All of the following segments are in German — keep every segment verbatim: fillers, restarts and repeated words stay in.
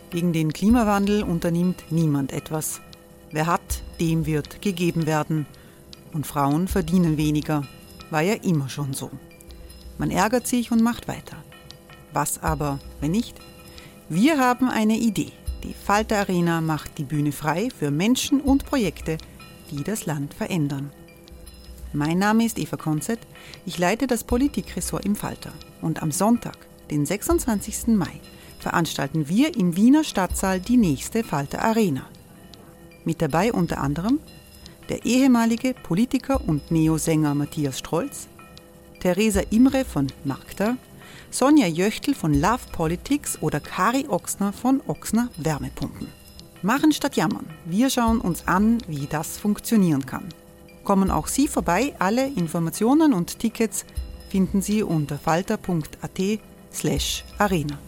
Gegen den Klimawandel unternimmt niemand etwas. Wer hat, dem wird gegeben werden. Und Frauen verdienen weniger. War ja immer schon so. Man ärgert sich und macht weiter. Was aber, wenn nicht? Wir haben eine Idee. Die Falter Arena macht die Bühne frei für Menschen und Projekte, die das Land verändern. Mein Name ist Eva Konzett. Ich leite das Politikressort im Falter. Und am Sonntag, den sechsundzwanzigsten Mai, veranstalten wir im Wiener Stadtsaal die nächste Falter Arena. Mit dabei unter anderem der ehemalige Politiker und Neosänger Matthias Strolz, Theresa Imre von Magda, Sonja Jöchtl von Love Politics oder Kari Ochsner von Ochsner Wärmepumpen. Machen statt jammern. Wir schauen uns an, wie das funktionieren kann. Kommen auch Sie vorbei. Alle Informationen und Tickets finden Sie unter falter punkt at slash arena.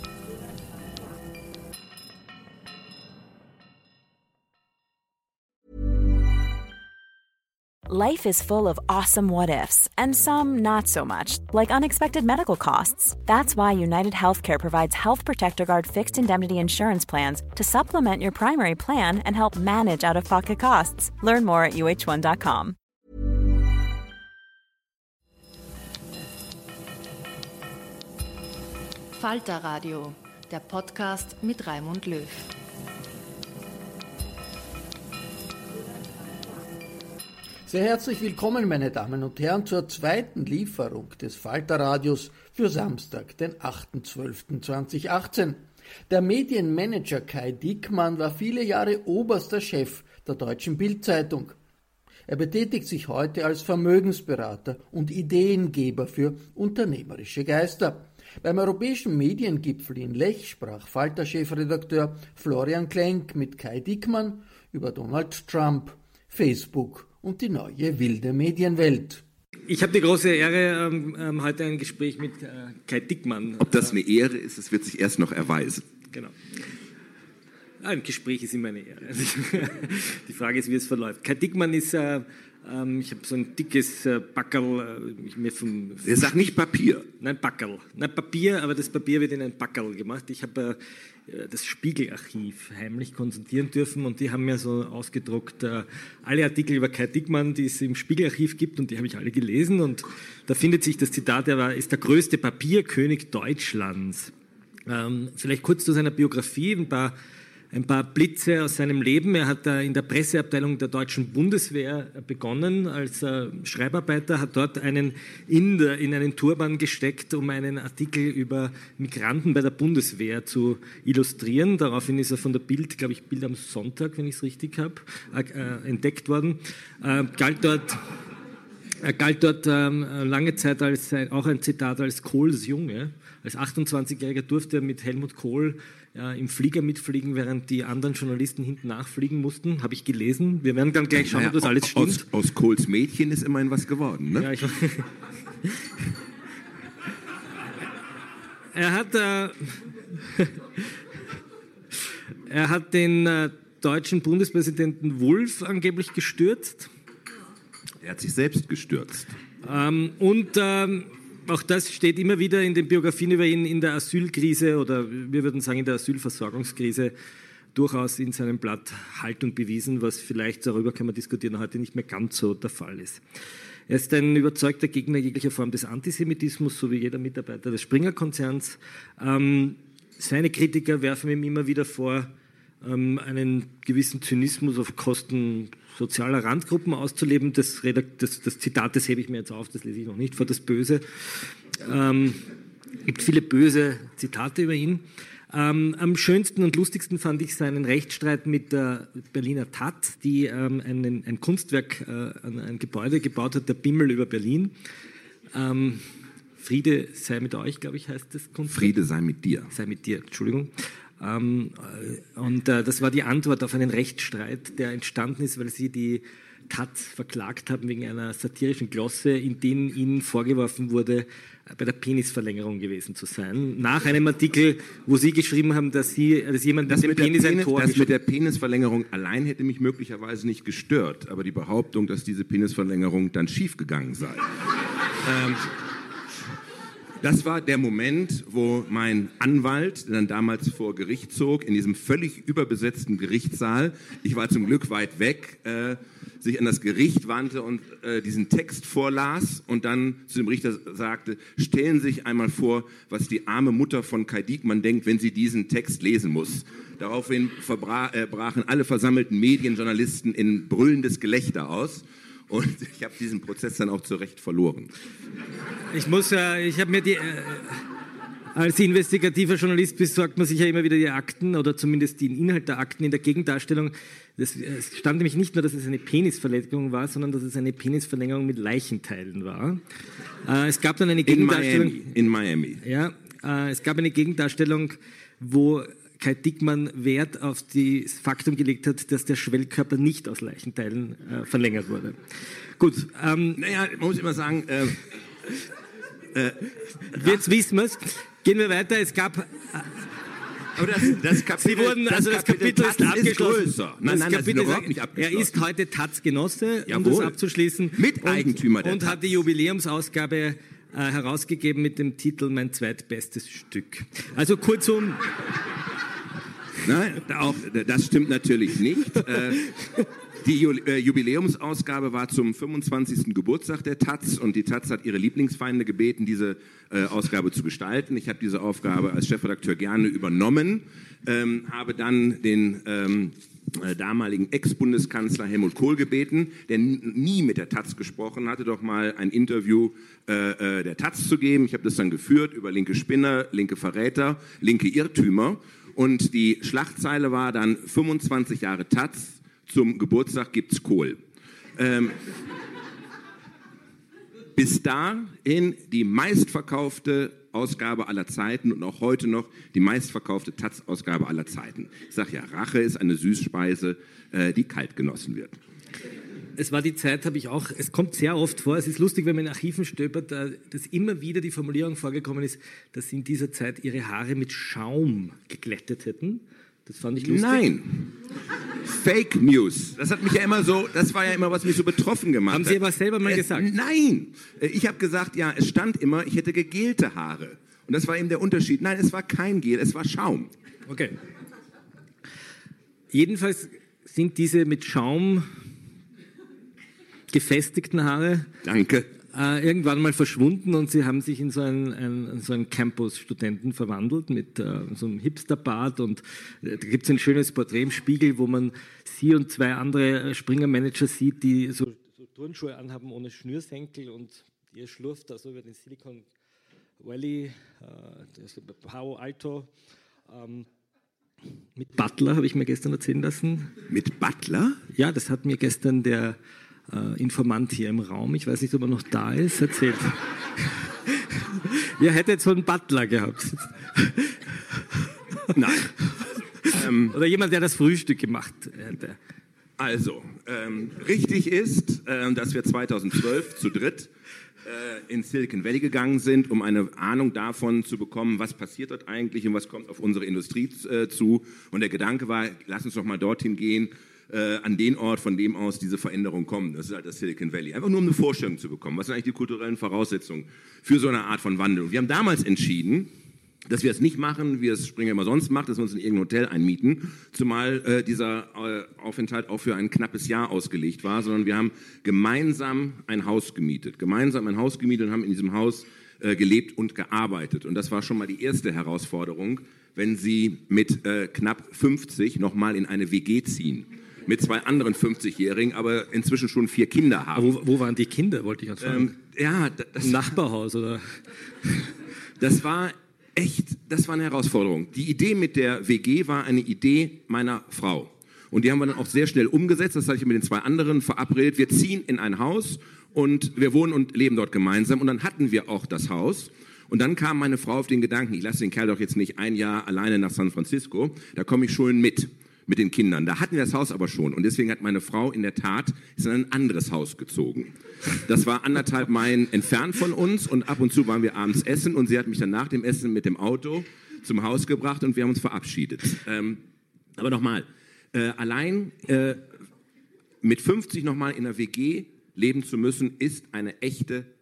Life is full of awesome what-ifs, and some not so much, like unexpected medical costs. That's why United Healthcare provides Health Protector Guard fixed indemnity insurance plans to supplement your primary plan and help manage out-of-pocket costs. Learn more at u h one dot com. Falter Radio, der Podcast mit Raimund Löw. Sehr herzlich willkommen, meine Damen und Herren, zur zweiten Lieferung des Falter-Radios für Samstag, den achten zwölften zweitausendachtzehn. Der Medienmanager Kai Diekmann war viele Jahre oberster Chef der Deutschen Bild-Zeitung. Er betätigt sich heute als Vermögensberater und Ideengeber für unternehmerische Geister. Beim Europäischen Mediengipfel in Lech sprach Falter-Chefredakteur Florian Klenk mit Kai Diekmann über Donald Trump, Facebook und die neue wilde Medienwelt. Ich habe die große Ehre, ähm, heute ein Gespräch mit äh, Kai Diekmann. Ob das eine Ehre ist, das wird sich erst noch erweisen. Genau. Ein Gespräch ist immer eine Ehre. Die Frage ist, wie es verläuft. Kai Diekmann ist, äh, ähm, ich habe so ein dickes äh, Backerl. Äh, mir vom, vom Er sagt nicht Papier. Nein, Backerl. Nein, Papier, aber das Papier wird in ein Backerl gemacht. Ich habe äh, das Spiegelarchiv heimlich konsultieren dürfen und die haben mir so ausgedruckt äh, alle Artikel über Kai Diekmann, die es im Spiegelarchiv gibt, und die habe ich alle gelesen, und da findet sich das Zitat, er war, ist der größte Papierkönig Deutschlands. Ähm, vielleicht kurz zu seiner Biografie, ein paar Ein paar Blitze aus seinem Leben. Er hat in der Presseabteilung der deutschen Bundeswehr begonnen als Schreibarbeiter, hat dort einen Inder in einen Turban gesteckt, um einen Artikel über Migranten bei der Bundeswehr zu illustrieren. Daraufhin ist er von der Bild, glaube ich, Bild am Sonntag, wenn ich es richtig habe, entdeckt worden. Er galt dort, er galt dort lange Zeit als auch ein Zitat als Kohls Junge. Als achtundzwanzigjähriger durfte er mit Helmut Kohl ja, im Flieger mitfliegen, während die anderen Journalisten hinten nachfliegen mussten. Habe ich gelesen. Wir werden dann gleich schauen, naja, ob das alles stimmt. Aus, aus Kohls Mädchen ist immerhin was geworden, ne? Ja, ich er hat, äh, er hat den äh, deutschen Bundespräsidenten Wulff angeblich gestürzt. Er hat sich selbst gestürzt. Ähm, und ähm, auch das steht immer wieder in den Biografien über ihn in der Asylkrise oder wir würden sagen in der Asylversorgungskrise durchaus in seinem Blatt Haltung bewiesen, was vielleicht, darüber kann man diskutieren, heute nicht mehr ganz so der Fall ist. Er ist ein überzeugter Gegner jeglicher Form des Antisemitismus, so wie jeder Mitarbeiter des Springer-Konzerns. Ähm, seine Kritiker werfen ihm immer wieder vor, ähm, einen gewissen Zynismus auf Kosten sozialer Randgruppen auszuleben. Das, das, das Zitat, das hebe ich mir jetzt auf, das lese ich noch nicht vor, das Böse. Ähm, gibt viele böse Zitate über ihn. Ähm, am schönsten und lustigsten fand ich seinen Rechtsstreit mit der Berliner Tat, die ähm, einen, ein Kunstwerk, äh, ein Gebäude gebaut hat, der Bimmel über Berlin. Ähm, Friede sei mit euch, glaube ich, heißt das Kunstwerk. Friede sei mit dir. Sei mit dir, Entschuldigung. Ähm, und äh, das war die Antwort auf einen Rechtsstreit, der entstanden ist, weil sie die Taz verklagt haben wegen einer satirischen Glosse, in denen ihnen vorgeworfen wurde, bei der Penisverlängerung gewesen zu sein. Nach einem Artikel, wo sie geschrieben haben, dass, sie, dass jemand das mit dem Penis, Penis ein Tor... Das mit der Penisverlängerung allein hätte mich möglicherweise nicht gestört, aber die Behauptung, dass diese Penisverlängerung dann schiefgegangen sei... ähm, Das war der Moment, wo mein Anwalt, der dann damals vor Gericht zog, in diesem völlig überbesetzten Gerichtssaal, ich war zum Glück weit weg, äh, sich an das Gericht wandte und äh, diesen Text vorlas und dann zu dem Richter sagte, stellen Sie sich einmal vor, was die arme Mutter von Kai Diekmann denkt, wenn sie diesen Text lesen muss. Daraufhin verbra- äh, brachen alle versammelten Medienjournalisten in brüllendes Gelächter aus. Und ich habe diesen Prozess dann auch zu Recht verloren. Ich muss, äh, ich habe mir die, äh, als investigativer Journalist besorgt man sich ja immer wieder die Akten oder zumindest den Inhalt der Akten in der Gegendarstellung. Das, es stand nämlich nicht nur, dass es eine Penisverlängerung war, sondern dass es eine Penisverlängerung mit Leichenteilen war. Äh, es gab dann eine Gegendarstellung. In Miami. In Miami. Ja, äh, es gab eine Gegendarstellung, wo Kai Diekmann Wert auf das Faktum gelegt hat, dass der Schwellkörper nicht aus Leichenteilen äh, verlängert wurde. Gut. Ähm, naja, man muss immer sagen, äh, äh, jetzt wissen wir es. Gehen wir weiter. Es gab... Äh, aber das, das Kapitel, Sie wurden, also das Kapitel, das Kapitel ist abgeschlossen. Ist größer. Nein, nein, das Kapitel ist überhaupt nicht abgeschlossen. Er ist heute Taz-Genosse, um das abzuschließen. Miteigentümer und, der und Taz. Hat die Jubiläumsausgabe äh, herausgegeben mit dem Titel Mein zweitbestes Stück. Also kurzum... Nein, auch, das stimmt natürlich nicht. Die Jubiläumsausgabe war zum fünfundzwanzigsten Geburtstag der Taz und die Taz hat ihre Lieblingsfeinde gebeten, diese Ausgabe zu gestalten. Ich habe diese Aufgabe als Chefredakteur gerne übernommen, ähm, habe dann den ähm, damaligen Ex-Bundeskanzler Helmut Kohl gebeten, der nie mit der Taz gesprochen hatte, doch mal ein Interview äh, der Taz zu geben. Ich habe das dann geführt über linke Spinner, linke Verräter, linke Irrtümer. Und die Schlagzeile war dann fünfundzwanzig Jahre Taz, zum Geburtstag gibt's Kohl. Ähm, bis dahin die meistverkaufte Ausgabe aller Zeiten und auch heute noch die meistverkaufte Taz-Ausgabe aller Zeiten. Ich sage ja, Rache ist eine Süßspeise, äh, die kalt genossen wird. Es war die Zeit, habe ich auch, es kommt sehr oft vor, es ist lustig, wenn man in Archiven stöbert, dass immer wieder die Formulierung vorgekommen ist, dass sie in dieser Zeit ihre Haare mit Schaum geglättet hätten. Das fand ich lustig. Nein. Fake News. Das hat mich ja immer so, das war ja immer, was mich so betroffen gemacht hat. Haben Sie aber selber mal äh, gesagt? Nein. Ich habe gesagt, ja, es stand immer, ich hätte gegelte Haare. Und das war eben der Unterschied. Nein, es war kein Gel, es war Schaum. Okay. Jedenfalls sind diese mit Schaum gefestigten Haare Danke. Äh, irgendwann mal verschwunden und sie haben sich in so einen, einen, so einen Campus-Studenten verwandelt mit äh, so einem Hipsterbart und äh, da gibt es ein schönes Porträt im Spiegel, wo man sie und zwei andere Springer-Manager sieht, die so, so Turnschuhe anhaben ohne Schnürsenkel und ihr schlurft da so über den Silicon Valley, äh, Palo Alto. Ähm, mit Butler habe ich mir gestern erzählen lassen. Mit Butler? Ja, das hat mir gestern der Uh, Informant hier im Raum, ich weiß nicht, ob er noch da ist, erzählt. Ihr hättet so einen Butler gehabt. Nein. ähm, Oder jemand, der das Frühstück gemacht hätte. Also, ähm, richtig ist, äh, dass wir zweitausendzwölf zu dritt äh, in Silicon Valley gegangen sind, um eine Ahnung davon zu bekommen, was passiert dort eigentlich und was kommt auf unsere Industrie äh, zu. Und der Gedanke war, lass uns doch mal dorthin gehen, Äh, an den Ort, von dem aus diese Veränderung kommt. Das ist halt das Silicon Valley. Einfach nur, um eine Vorstellung zu bekommen. Was sind eigentlich die kulturellen Voraussetzungen für so eine Art von Wandel? Und wir haben damals entschieden, dass wir es nicht machen, wie es Springer immer sonst macht, dass wir uns in irgendein Hotel einmieten, zumal äh, dieser äh, Aufenthalt auch für ein knappes Jahr ausgelegt war, sondern wir haben gemeinsam ein Haus gemietet. Gemeinsam ein Haus gemietet und haben in diesem Haus äh, gelebt und gearbeitet. Und das war schon mal die erste Herausforderung, wenn Sie mit äh, knapp fünfzig nochmal in eine W G ziehen. Mit zwei anderen fünfzigjährigen, aber inzwischen schon vier Kinder haben. Wo, wo waren die Kinder, wollte ich jetzt fragen? Ähm, ja, das, Im Nachbarhaus, oder? Das war echt, das war eine Herausforderung. Die Idee mit der W G war eine Idee meiner Frau. Und die haben wir dann auch sehr schnell umgesetzt. Das hatte ich mit den zwei anderen verabredet. Wir ziehen in ein Haus und wir wohnen und leben dort gemeinsam. Und dann hatten wir auch das Haus. Und dann kam meine Frau auf den Gedanken, ich lasse den Kerl doch jetzt nicht ein Jahr alleine nach San Francisco. Da komme ich schon mit. Mit den Kindern. Da hatten wir das Haus aber schon. Und deswegen hat meine Frau in der Tat ist in ein anderes Haus gezogen. Das war anderthalb Meilen entfernt von uns und ab und zu waren wir abends essen und sie hat mich dann nach dem Essen mit dem Auto zum Haus gebracht und wir haben uns verabschiedet. Ähm, aber nochmal, äh, allein äh, mit fünfzig nochmal in einer W G leben zu müssen, ist eine echte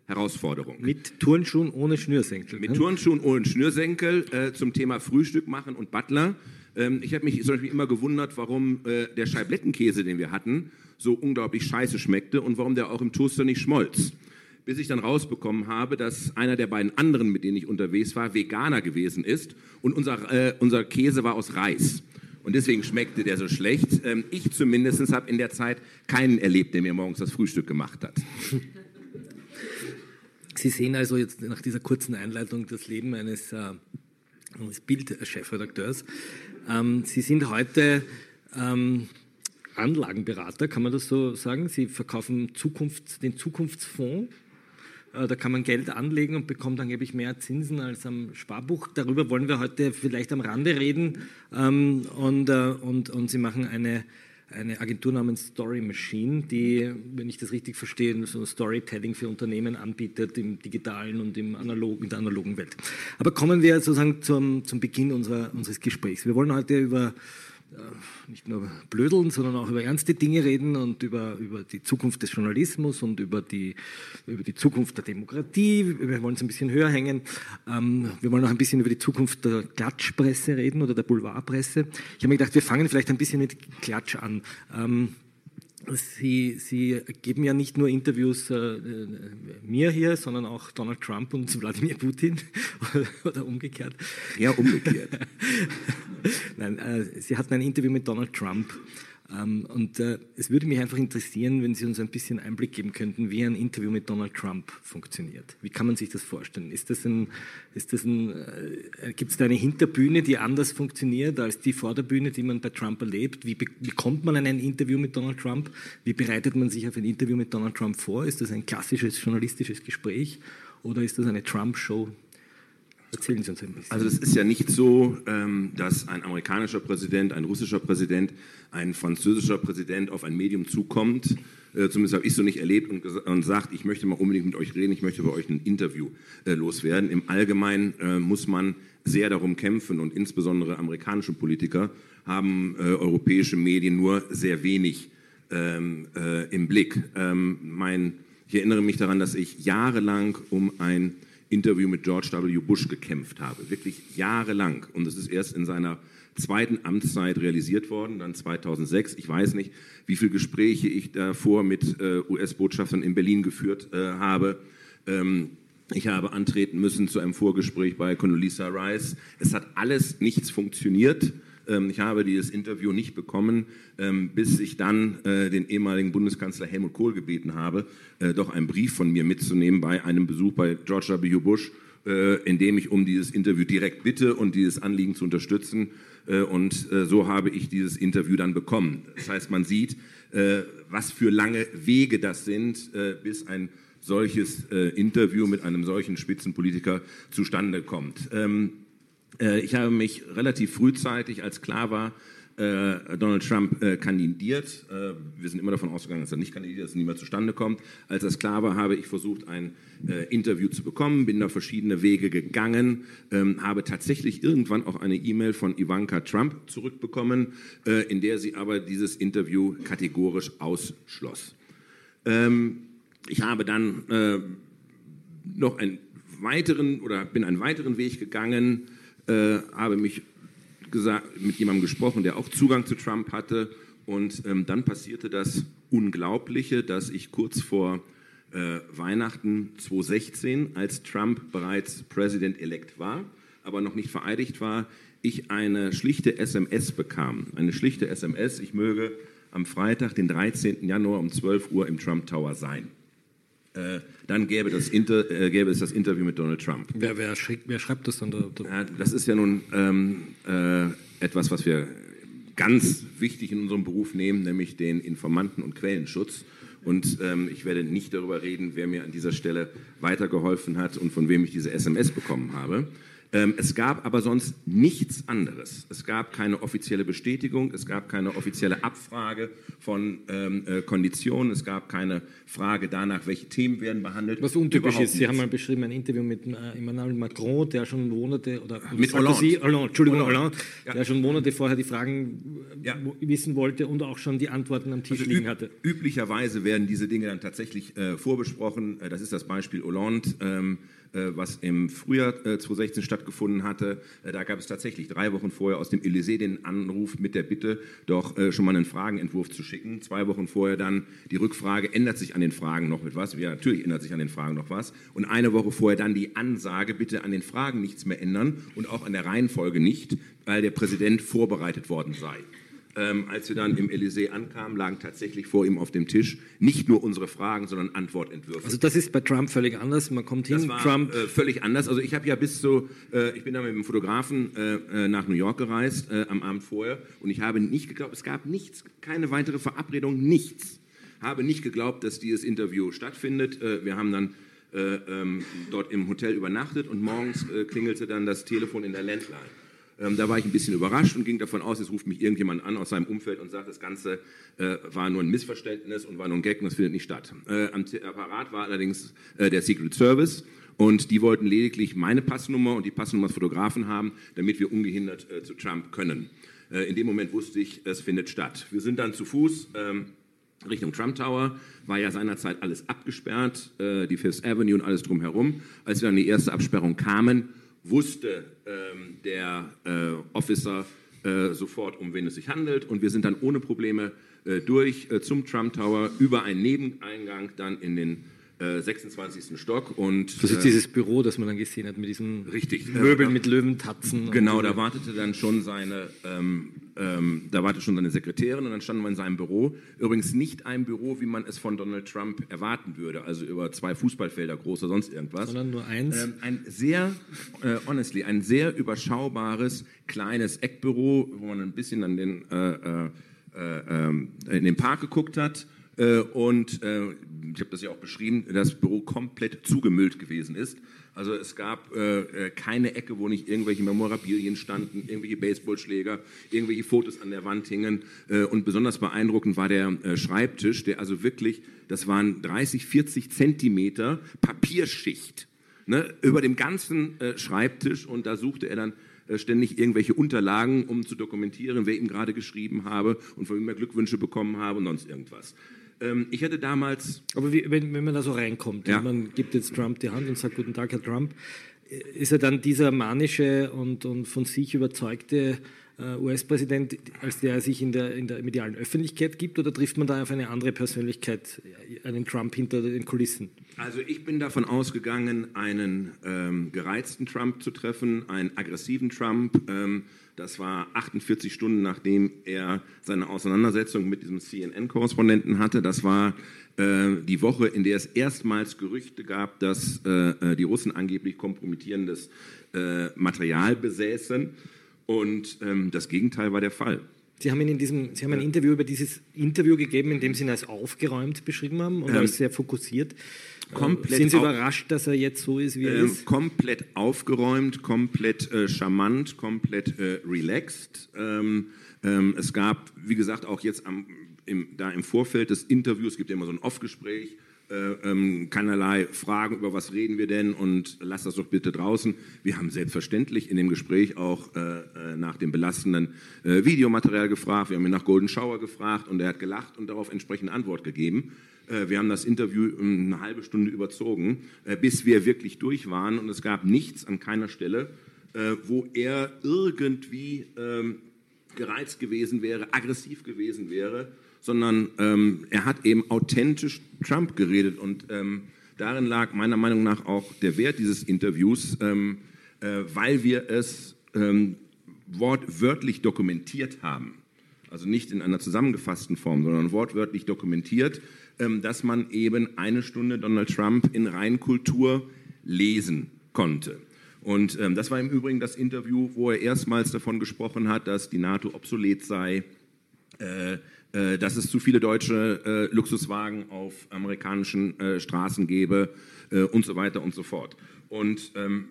Herausforderung. Mit Turnschuhen ohne Schnürsenkel. Mit ne? Turnschuhen ohne Schnürsenkel äh, zum Thema Frühstück machen und Butler. Ähm, ich habe mich zum Beispiel immer gewundert, warum äh, der Scheiblettenkäse, den wir hatten, so unglaublich scheiße schmeckte und warum der auch im Toaster nicht schmolz. Bis ich dann rausbekommen habe, dass einer der beiden anderen, mit denen ich unterwegs war, Veganer gewesen ist und unser, äh, unser Käse war aus Reis. Und deswegen schmeckte der so schlecht. Ähm, ich zumindest habe in der Zeit keinen erlebt, der mir morgens das Frühstück gemacht hat. Sie sehen also jetzt nach dieser kurzen Einleitung das Leben eines, äh, eines Bild-Chefredakteurs. Ähm, Sie sind heute ähm, Anlagenberater, kann man das so sagen? Sie verkaufen Zukunft, den Zukunftsfonds. Äh, da kann man Geld anlegen und bekommt angeblich mehr Zinsen als am Sparbuch. Darüber wollen wir heute vielleicht am Rande reden. Ähm, und, äh, und, und Sie machen eine... eine Agentur namens Story Machine, die, wenn ich das richtig verstehe, so Storytelling für Unternehmen anbietet im digitalen und im analogen, in der analogen Welt. Aber kommen wir sozusagen zum, zum Beginn unserer, unseres Gesprächs. Wir wollen heute über äh, nicht nur Blödeln, sondern auch über ernste Dinge reden und über, über die Zukunft des Journalismus und über die, über die Zukunft der Demokratie. Wir wollen es ein bisschen höher hängen. Ähm, wir wollen auch ein bisschen über die Zukunft der Klatschpresse reden oder der Boulevardpresse. Ich habe mir gedacht, wir fangen vielleicht ein bisschen mit Klatsch an. Ähm, Sie, Sie geben ja nicht nur Interviews äh, mir hier, sondern auch Donald Trump und Wladimir Putin oder, oder umgekehrt. Ja, umgekehrt. Nein, äh, Sie hatten ein Interview mit Donald Trump ähm, und äh, es würde mich einfach interessieren, wenn Sie uns ein bisschen Einblick geben könnten, wie ein Interview mit Donald Trump funktioniert. Wie kann man sich das vorstellen? Ist das ein, ist das ein, äh, gibt es da eine Hinterbühne, die anders funktioniert als die Vorderbühne, die man bei Trump erlebt? Wie bekommt man ein Interview mit Donald Trump? Wie bereitet man sich auf ein Interview mit Donald Trump vor? Ist das ein klassisches journalistisches Gespräch oder ist das eine Trump-Show? Erzählen Sie uns ein bisschen. Also das ist ja nicht so, dass ein amerikanischer Präsident, ein russischer Präsident, ein französischer Präsident auf ein Medium zukommt, zumindest habe ich es so nicht erlebt, und, und sagt, ich möchte mal unbedingt mit euch reden, ich möchte bei euch ein Interview loswerden. Im Allgemeinen muss man sehr darum kämpfen und insbesondere amerikanische Politiker haben europäische Medien nur sehr wenig ähm, äh, im Blick. Ähm, mein, ich erinnere mich daran, dass ich jahrelang um ein Interview mit George W. Bush gekämpft habe, wirklich jahrelang. Und es ist erst in seiner zweiten Amtszeit realisiert worden, dann zweitausendsechs. Ich weiß nicht, wie viele Gespräche ich davor mit äh, U S-Botschaftern in Berlin geführt äh, habe. Ähm, ich habe antreten müssen zu einem Vorgespräch bei Condoleezza Rice. Es hat alles nichts funktioniert. Ähm, ich habe dieses Interview nicht bekommen, ähm, bis ich dann äh, den ehemaligen Bundeskanzler Helmut Kohl gebeten habe, äh, doch einen Brief von mir mitzunehmen bei einem Besuch bei George W. Bush, äh, in dem ich um dieses Interview direkt bitte und dieses Anliegen zu unterstützen. Äh, und äh, so habe ich dieses Interview dann bekommen. Das heißt, man sieht, äh, was für lange Wege das sind, äh, bis ein solches äh, Interview mit einem solchen Spitzenpolitiker zustande kommt. Ähm, äh, ich habe mich relativ frühzeitig, als klar war, äh, Donald Trump äh, kandidiert. Äh, wir sind immer davon ausgegangen, dass er nicht kandidiert, dass es niemals zustande kommt. Als das klar war, habe ich versucht, ein äh, Interview zu bekommen, bin da verschiedene Wege gegangen, ähm, habe tatsächlich irgendwann auch eine E-Mail von Ivanka Trump zurückbekommen, äh, in der sie aber dieses Interview kategorisch ausschloss. Ähm, Ich habe dann äh, noch einen weiteren oder bin einen weiteren Weg gegangen, äh, habe mich gesagt, mit jemandem gesprochen, der auch Zugang zu Trump hatte, und ähm, dann passierte das Unglaubliche, dass ich kurz vor äh, Weihnachten zweitausendsechzehn, als Trump bereits President-elect war, aber noch nicht vereidigt war, ich eine schlichte S M S bekam. Eine schlichte S M S, ich möge am Freitag, den dreizehnten Januar um zwölf Uhr im Trump Tower sein. Äh, dann gäbe, das Inter, äh, gäbe es das Interview mit Donald Trump. Wer, wer, schreibt, wer schreibt das dann? Da, da? Ja, das ist ja nun ähm, äh, etwas, was wir ganz wichtig in unserem Beruf nehmen, nämlich den Informanten- und Quellenschutz. Und ähm, ich werde nicht darüber reden, wer mir an dieser Stelle weitergeholfen hat und von wem ich diese S M S bekommen habe. Ähm, es gab aber sonst nichts anderes. Es gab keine offizielle Bestätigung, es gab keine offizielle Abfrage von ähm, äh, Konditionen, es gab keine Frage danach, welche Themen werden behandelt. Was untypisch Überhaupt ist, Sie nichts. haben mal beschrieben, ein Interview mit äh, Emmanuel Macron, der schon Monate, oder Mit Sarkozy, Hollande. Hollande, Entschuldigung, Hollande. Hollande, Ja. der schon Monate vorher die Fragen äh, Ja. wissen wollte und auch schon die Antworten am Tisch Also liegen üb- hatte. Üblicherweise werden diese Dinge dann tatsächlich äh, vorbesprochen. Äh, das ist das Beispiel Hollande, ähm, äh, was im Frühjahr äh, zweitausendsechzehn stattgefunden hatte. Äh, da gab es tatsächlich drei Wochen vorher aus dem Élysée den Anruf mit der Bitte, doch äh, schon mal einen Fragenentwurf zu schicken. Zwei Wochen vorher dann die Rückfrage, ändert sich an den Fragen noch etwas? Ja, natürlich ändert sich an den Fragen noch was. Und eine Woche vorher dann die Ansage, bitte an den Fragen nichts mehr ändern und auch an der Reihenfolge nicht, weil der Präsident vorbereitet worden sei. Ähm, als wir dann im Élysée ankamen, lagen tatsächlich vor ihm auf dem Tisch nicht nur unsere Fragen, sondern Antwortentwürfe. Also das ist bei Trump völlig anders. Man kommt hin, Das war Trump... äh, völlig anders. Also ich habe ja bis zu, äh, ich bin da mit dem Fotografen äh, nach New York gereist äh, am Abend vorher und ich habe nicht geglaubt, es gab nichts, keine weitere Verabredung, nichts. Habe nicht geglaubt, dass dieses Interview stattfindet. Äh, wir haben dann äh, ähm, dort im Hotel übernachtet und morgens äh, klingelte dann das Telefon in der Landline. Ähm, da war ich ein bisschen überrascht und ging davon aus, jetzt ruft mich irgendjemand an aus seinem Umfeld und sagt, das Ganze äh, war nur ein Missverständnis und war nur ein Gag und das findet nicht statt. Äh, am T- Apparat war allerdings äh, der Secret Service und die wollten lediglich meine Passnummer und die Passnummer des Fotografen haben, damit wir ungehindert äh, zu Trump können. Äh, in dem Moment wusste ich, es findet statt. Wir sind dann zu Fuß ähm, Richtung Trump Tower, war ja seinerzeit alles abgesperrt, äh, die Fifth Avenue und alles drumherum. Als wir dann die erste Absperrung kamen, wusste ähm, der äh, Officer äh, sofort, um wen es sich handelt. Und wir sind dann ohne Probleme äh, durch äh, zum Trump Tower über einen Nebeneingang dann in den äh, sechsundzwanzigsten Stock. Und, Das ist äh, dieses Büro, das man dann gesehen hat mit diesen Richtig. Möbeln Äh, mit Löwentatzen. Genau, und, da wartete dann schon seine, ähm, ähm, da wartete schon seine Sekretärin und dann standen wir in seinem Büro. Übrigens nicht ein Büro, wie man es von Donald Trump erwarten würde, also über zwei Fußballfelder groß oder sonst irgendwas. Sondern nur eins. Ähm, ein sehr, äh, honestly, ein sehr überschaubares, kleines Eckbüro, wo man ein bisschen an den, äh, äh, äh, in den Park geguckt hat. Äh, und äh, ich habe das ja auch beschrieben, das Büro komplett zugemüllt gewesen ist. Also es gab äh, keine Ecke, wo nicht irgendwelche Memorabilien standen, irgendwelche Baseballschläger, irgendwelche Fotos an der Wand hingen. Äh, und besonders beeindruckend war der äh, Schreibtisch, der also wirklich, das waren dreißig, vierzig Zentimeter Papierschicht, ne, über dem ganzen äh, Schreibtisch. Und da suchte er dann äh, ständig irgendwelche Unterlagen, um zu dokumentieren, wer ihm gerade geschrieben habe und von wem er Glückwünsche bekommen habe und sonst irgendwas. Ich hatte damals... Aber wie, wenn, wenn man da so reinkommt, Ja. man gibt jetzt Trump die Hand und sagt, guten Tag, Herr Trump, ist er dann dieser manische und, und von sich überzeugte äh, U S-Präsident, als der er sich in der, in der medialen Öffentlichkeit gibt, oder trifft man da auf eine andere Persönlichkeit, einen Trump hinter den Kulissen? Also ich bin davon ausgegangen, einen ähm, gereizten Trump zu treffen, einen aggressiven Trump. Ähm, das war achtundvierzig Stunden, nachdem er seine Auseinandersetzung mit diesem C N N-Korrespondenten hatte. Das war äh, die Woche, in der es erstmals Gerüchte gab, dass äh, die Russen angeblich kompromittierendes äh, Material besäßen. Und ähm, das Gegenteil war der Fall. Sie haben, ihn in diesem, Sie haben ein Interview über dieses Interview gegeben, in dem Sie ihn als aufgeräumt beschrieben haben und Ähm, als sehr fokussiert. komplett Sind Sie auf- überrascht, dass er jetzt so ist, wie er Ähm, ist? komplett aufgeräumt, komplett äh, charmant, komplett äh, relaxed. Ähm, ähm, es gab, wie gesagt, auch jetzt am, im, da im Vorfeld des Interviews, es gibt ja immer so ein Off-Gespräch, äh, ähm, keinerlei Fragen, über was reden wir denn und lass das doch bitte draußen. Wir haben selbstverständlich in dem Gespräch auch äh, äh, nach dem belastenden äh, Videomaterial gefragt, wir haben ihn nach Golden Shower gefragt und er hat gelacht und darauf entsprechende Antwort gegeben. Äh, wir haben das Interview eine halbe Stunde überzogen, äh, bis wir wirklich durch waren und es gab nichts an keiner Stelle, äh, wo er irgendwie ähm, gereizt gewesen wäre, aggressiv gewesen wäre, sondern ähm, er hat eben authentisch Trump geredet und ähm, darin lag meiner Meinung nach auch der Wert dieses Interviews, ähm, äh, weil wir es ähm, wortwörtlich dokumentiert haben. Also nicht in einer zusammengefassten Form, sondern wortwörtlich dokumentiert, ähm, dass man eben eine Stunde Donald Trump in Reinkultur lesen konnte. Und ähm, das war im Übrigen das Interview, wo er erstmals davon gesprochen hat, dass die NATO obsolet sei, äh, äh, dass es zu viele deutsche äh, Luxuswagen auf amerikanischen äh, Straßen gäbe äh, und so weiter und so fort. Und ähm,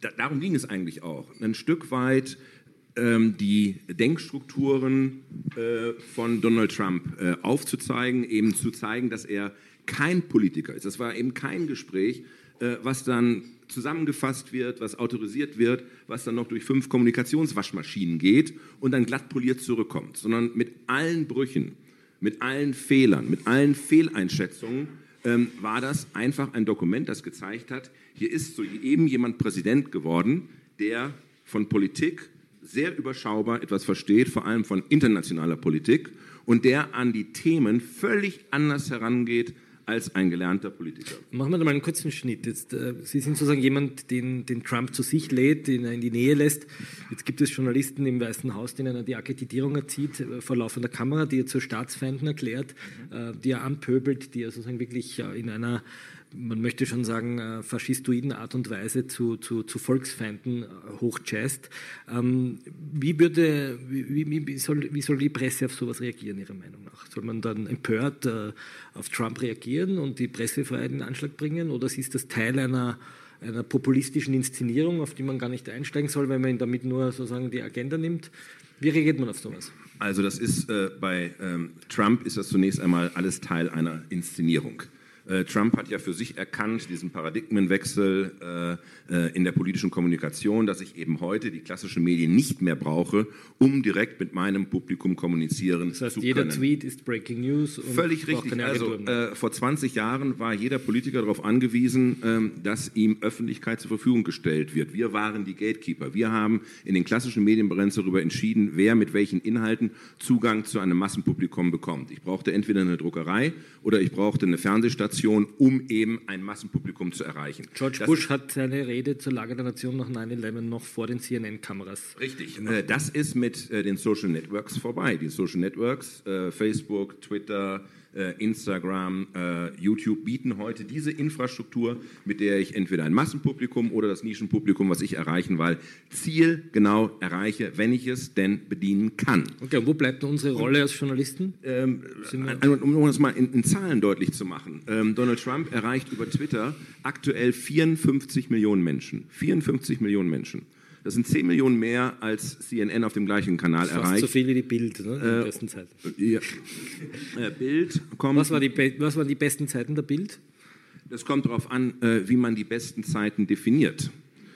da, darum ging es eigentlich auch. Ein Stück weit ähm, die Denkstrukturen äh, von Donald Trump äh, aufzuzeigen, eben zu zeigen, dass er kein Politiker ist. Das war eben kein Gespräch, äh, was dann zusammengefasst wird, was autorisiert wird, was dann noch durch fünf Kommunikationswaschmaschinen geht und dann glatt poliert zurückkommt, sondern mit allen Brüchen, mit allen Fehlern, mit allen Fehleinschätzungen ähm, war das einfach ein Dokument, das gezeigt hat, hier ist soeben jemand Präsident geworden, der von Politik sehr überschaubar etwas versteht, vor allem von internationaler Politik, und der an die Themen völlig anders herangeht als ein gelernter Politiker. Machen wir da mal einen kurzen Schnitt. Jetzt, äh, Sie sind sozusagen jemand, den, den Trump zu sich lädt, den er in die Nähe lässt. Jetzt gibt es Journalisten im Weißen Haus, denen er die Akkreditierung erzieht, äh, vor laufender Kamera, die er zu Staatsfeinden erklärt, äh, die er anpöbelt, die er sozusagen wirklich äh, in einer, man möchte schon sagen, äh, faschistoiden Art und Weise zu, zu, zu Volksfeinden äh, hochjazzt. Ähm, wie, würde, wie, wie, wie, soll, wie soll die Presse auf sowas reagieren, Ihrer Meinung nach? Soll man dann empört äh, auf Trump reagieren und die Pressefreiheit in Anschlag bringen, oder ist das Teil einer, einer populistischen Inszenierung, auf die man gar nicht einsteigen soll, weil man ihn damit nur sozusagen die Agenda nimmt? Wie reagiert man auf sowas? Also das ist äh, bei ähm, Trump ist das zunächst einmal alles Teil einer Inszenierung. Äh, Trump hat ja für sich erkannt, diesen Paradigmenwechsel äh, äh, in der politischen Kommunikation, dass ich eben heute die klassischen Medien nicht mehr brauche, um direkt mit meinem Publikum kommunizieren das heißt, zu jeder können. Jeder Tweet ist Breaking News. Und völlig richtig. Also äh, vor zwanzig Jahren war jeder Politiker darauf angewiesen, ähm, dass ihm Öffentlichkeit zur Verfügung gestellt wird. Wir waren die Gatekeeper. Wir haben in den klassischen Medien bereits darüber entschieden, wer mit welchen Inhalten Zugang zu einem Massenpublikum bekommt. Ich brauchte entweder eine Druckerei oder ich brauchte eine Fernsehstation, um eben ein Massenpublikum zu erreichen. George das Bush hat seine Rede zur Lage der Nation nach neun elf noch vor den C N N-Kameras. Richtig. Äh, das ist mit äh, den Social Networks vorbei. Die Social Networks, äh, Facebook, Twitter, äh, Instagram, äh, YouTube bieten heute diese Infrastruktur, mit der ich entweder ein Massenpublikum oder das Nischenpublikum, was ich erreichen will, zielgenau erreiche, wenn ich es denn bedienen kann. Okay, und wo bleibt unsere Rolle als Journalisten? Ähm, um das mal in, in Zahlen deutlich zu machen. Ähm, Donald Trump erreicht über Twitter aktuell vierundfünfzig Millionen Menschen. vierundfünfzig Millionen Menschen. Das sind zehn Millionen mehr, als C N N auf dem gleichen Kanal fast erreicht. So viel wie die Bild, ne, in der äh, besten Zeit. Ja. Äh, Bild kommt. Was, war die, was waren die besten Zeiten der Bild? Das kommt darauf an, äh, wie man die besten Zeiten definiert.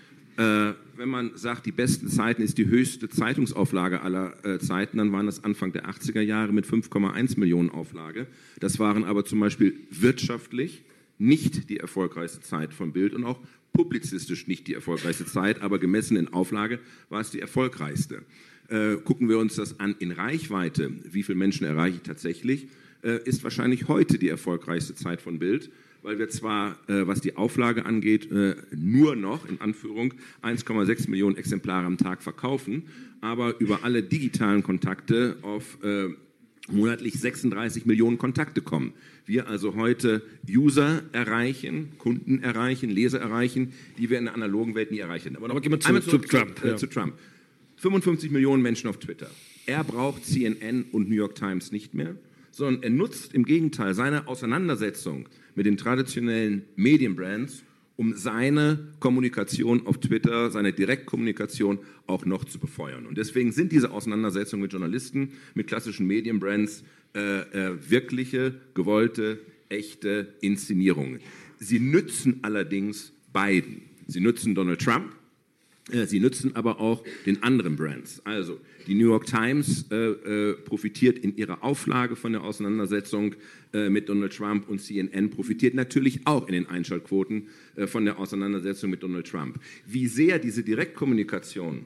Äh, wenn man sagt, die besten Zeiten ist die höchste Zeitungsauflage aller äh, Zeiten, dann waren das Anfang der achtziger Jahre mit fünf Komma eins Millionen Auflage. Das waren aber zum Beispiel wirtschaftlich nicht die erfolgreichste Zeit von Bild und auch publizistisch nicht die erfolgreichste Zeit, aber gemessen in Auflage war es die erfolgreichste. Äh, gucken wir uns das an in Reichweite, wie viele Menschen erreiche ich tatsächlich, äh, ist wahrscheinlich heute die erfolgreichste Zeit von Bild, weil wir zwar, äh, was die Auflage angeht, äh, nur noch, in Anführung, eins Komma sechs Millionen Exemplare am Tag verkaufen, aber über alle digitalen Kontakte auf äh, monatlich sechsunddreißig Millionen Kontakte kommen. Wir also heute User erreichen, Kunden erreichen, Leser erreichen, die wir in der analogen Welt nie erreichen. Aber noch Aber gehen wir zu, zu, Trump, äh, ja. zu Trump. fünfundfünfzig Millionen Menschen auf Twitter. Er braucht C N N und New York Times nicht mehr, sondern er nutzt im Gegenteil seine Auseinandersetzung mit den traditionellen Medienbrands, um seine Kommunikation auf Twitter, seine Direktkommunikation auch noch zu befeuern. Und deswegen sind diese Auseinandersetzungen mit Journalisten, mit klassischen Medienbrands äh, äh, wirkliche, gewollte, echte Inszenierungen. Sie nützen allerdings beiden. Sie nützen Donald Trump, äh, sie nützen aber auch den anderen Brands. Also die New York Times äh, äh, profitiert in ihrer Auflage von der Auseinandersetzung äh, mit Donald Trump und C N N profitiert natürlich auch in den Einschaltquoten äh, von der Auseinandersetzung mit Donald Trump. Wie sehr diese Direktkommunikation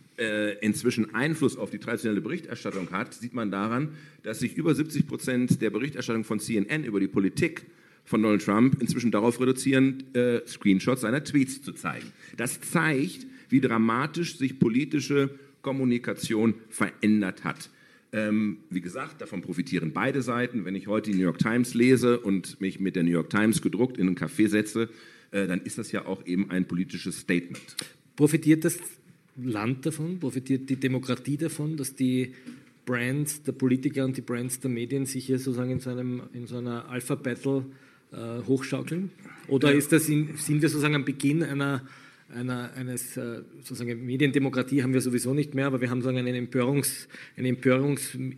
äh, inzwischen Einfluss auf die traditionelle Berichterstattung hat, sieht man daran, dass sich über siebzig Prozent der Berichterstattung von C N N über die Politik von Donald Trump inzwischen darauf reduzieren, äh, Screenshots seiner Tweets zu zeigen. Das zeigt, wie dramatisch sich politische Kommunikation verändert hat. Ähm, wie gesagt, davon profitieren beide Seiten. Wenn ich heute die New York Times lese und mich mit der New York Times gedruckt in einen Café setze, äh, dann ist das ja auch eben ein politisches Statement. Profitiert das Land davon, profitiert die Demokratie davon, dass die Brands der Politiker und die Brands der Medien sich hier sozusagen in so, einem, in so einer Alpha-Battle äh, hochschaukeln? Oder ist das in, sind wir sozusagen am Beginn einer einer, eines äh, sozusagen Mediendemokratie haben wir sowieso nicht mehr, aber wir haben sozusagen eine Empörungs, eine Empörungs äh,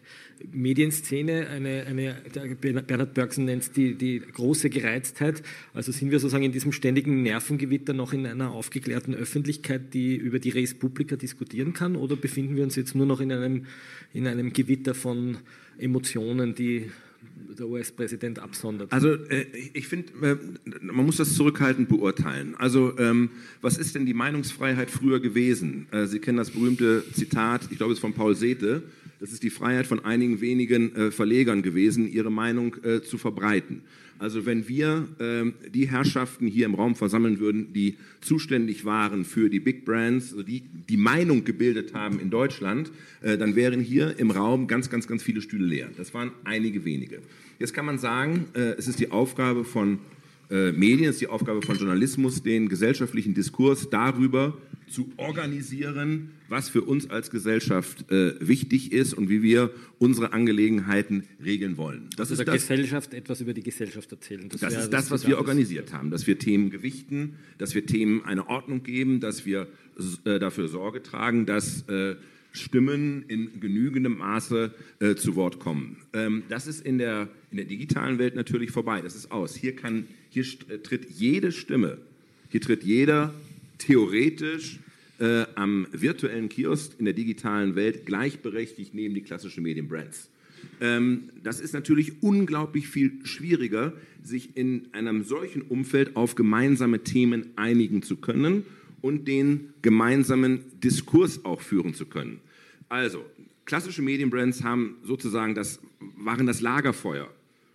Medienszene, eine, eine, Bernhard Bergson nennt es die, die große Gereiztheit. Also sind wir sozusagen in diesem ständigen Nervengewitter noch in einer aufgeklärten Öffentlichkeit, die über die Res Publica diskutieren kann, oder befinden wir uns jetzt nur noch in einem, in einem Gewitter von Emotionen, die der U S-Präsident absondert? Also äh, ich finde, äh, man muss das zurückhaltend beurteilen. Also ähm, was ist denn die Meinungsfreiheit früher gewesen? Äh, Sie kennen das berühmte Zitat, ich glaube es ist von Paul Sethe, das ist die Freiheit von einigen wenigen äh, Verlegern gewesen, ihre Meinung äh, zu verbreiten. Also wenn wir äh, die Herrschaften hier im Raum versammeln würden, die zuständig waren für die Big Brands, also die die Meinung gebildet haben in Deutschland, äh, dann wären hier im Raum ganz, ganz, ganz viele Stühle leer. Das waren einige wenige. Jetzt kann man sagen, äh, es ist die Aufgabe von äh, Medien, es ist die Aufgabe von Journalismus, den gesellschaftlichen Diskurs darüber zu organisieren, was für uns als Gesellschaft äh, wichtig ist und wie wir unsere Angelegenheiten regeln wollen. Das also ist der das, Gesellschaft etwas über die Gesellschaft erzählen. Das, das ist das, was wir organisiert haben, dass wir Themen gewichten, dass wir Themen eine Ordnung geben, dass wir äh, dafür Sorge tragen, dass äh, Stimmen in genügendem Maße äh, zu Wort kommen. Ähm, das ist in der, in der digitalen Welt natürlich vorbei. Das ist aus. Hier, kann, hier äh, tritt jede Stimme, hier tritt jeder theoretisch äh, am virtuellen Kiosk in der digitalen Welt gleichberechtigt neben die klassischen Medienbrands. Ähm, das ist natürlich unglaublich viel schwieriger, sich in einem solchen Umfeld auf gemeinsame Themen einigen zu können und den gemeinsamen Diskurs auch führen zu können. Also, klassische Medienbrands haben sozusagen das, waren das Lagerfeuer,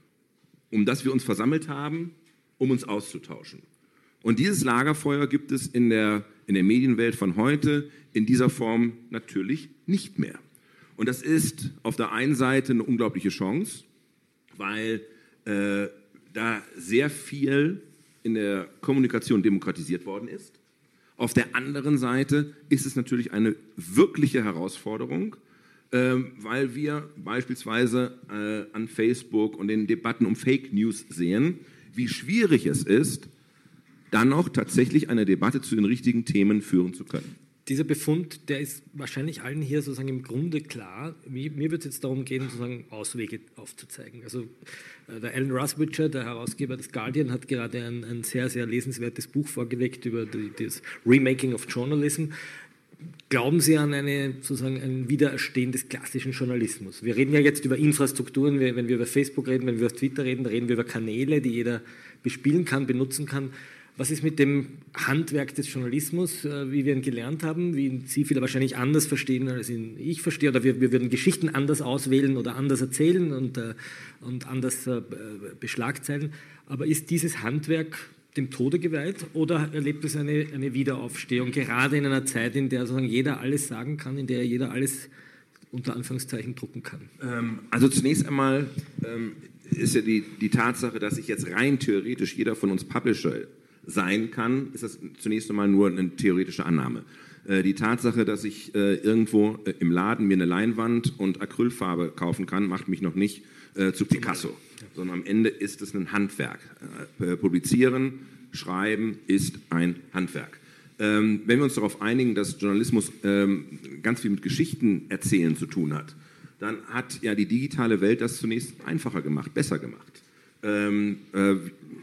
um das wir uns versammelt haben, um uns auszutauschen. Und dieses Lagerfeuer gibt es in der, in der Medienwelt von heute in dieser Form natürlich nicht mehr. Und das ist auf der einen Seite eine unglaubliche Chance, weil äh, da sehr viel in der Kommunikation demokratisiert worden ist. Auf der anderen Seite ist es natürlich eine wirkliche Herausforderung, äh, weil wir beispielsweise äh, an Facebook und den Debatten um Fake News sehen, wie schwierig es ist, dann noch tatsächlich eine Debatte zu den richtigen Themen führen zu können. Dieser Befund, der ist wahrscheinlich allen hier sozusagen im Grunde klar. Mir, mir wird es jetzt darum gehen, sozusagen Auswege aufzuzeigen. Also äh, der Alan Rusbridger, der Herausgeber des Guardian, hat gerade ein, ein sehr, sehr lesenswertes Buch vorgelegt über die, das Remaking of Journalism. Glauben Sie an eine, sozusagen ein Wiedererstehen des klassischen Journalismus? Wir reden ja jetzt über Infrastrukturen, wenn wir über Facebook reden, wenn wir über Twitter reden, reden wir über Kanäle, die jeder bespielen kann, benutzen kann. Was ist mit dem Handwerk des Journalismus, wie wir ihn gelernt haben, wie ihn Sie viele wahrscheinlich anders verstehen, als ihn ich verstehe, oder wir, wir würden Geschichten anders auswählen oder anders erzählen und, und anders beschlagzeilen. Aber ist dieses Handwerk dem Tode geweiht oder erlebt es eine, eine Wiederaufstehung, gerade in einer Zeit, in der sozusagen jeder alles sagen kann, in der jeder alles unter Anführungszeichen drucken kann? Ähm, also zunächst einmal ähm, ist ja die, die Tatsache, dass sich jetzt rein theoretisch jeder von uns Publisher sein kann, ist das zunächst einmal nur eine theoretische Annahme. Äh, die Tatsache, dass ich äh, irgendwo äh, im Laden mir eine Leinwand und Acrylfarbe kaufen kann, macht mich noch nicht äh, zu Picasso, ja. Sondern am Ende ist es ein Handwerk. Äh, publizieren, schreiben ist ein Handwerk. Ähm, wenn wir uns darauf einigen, dass Journalismus ähm, ganz viel mit Geschichten erzählen zu tun hat, dann hat ja die digitale Welt das zunächst einfacher gemacht, besser gemacht. Ähm, äh,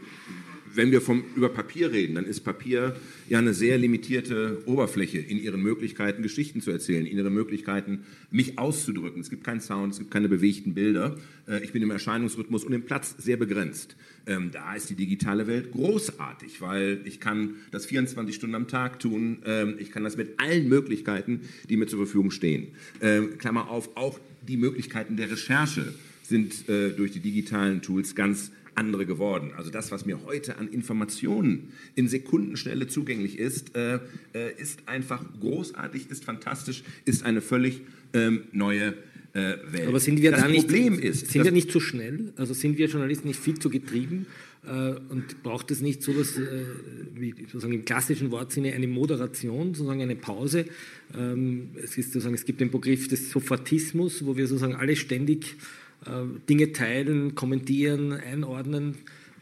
Wenn wir vom, über Papier reden, dann ist Papier ja eine sehr limitierte Oberfläche in ihren Möglichkeiten, Geschichten zu erzählen, in ihren Möglichkeiten, mich auszudrücken. Es gibt keinen Sound, es gibt keine bewegten Bilder. Ich bin im Erscheinungsrhythmus und im Platz sehr begrenzt. Da ist die digitale Welt großartig, weil ich kann das vierundzwanzig Stunden am Tag tun. Ich kann das mit allen Möglichkeiten, die mir zur Verfügung stehen. Klammer auf, auch die Möglichkeiten der Recherche sind durch die digitalen Tools ganz andere geworden. Also das, was mir heute an Informationen in Sekundenschnelle zugänglich ist, äh, ist einfach großartig, ist fantastisch, ist eine völlig ähm, neue äh, Welt. Aber sind wir das da nicht, Problem ist, sind wir nicht zu schnell? Also sind wir Journalisten nicht viel zu getrieben? Äh, und braucht es nicht so etwas, äh, wie sozusagen im klassischen Wortsinne eine Moderation, sozusagen eine Pause? Ähm, es ist sozusagen, es gibt den Begriff des Sophatismus, wo wir sozusagen alle ständig Dinge teilen, kommentieren, einordnen.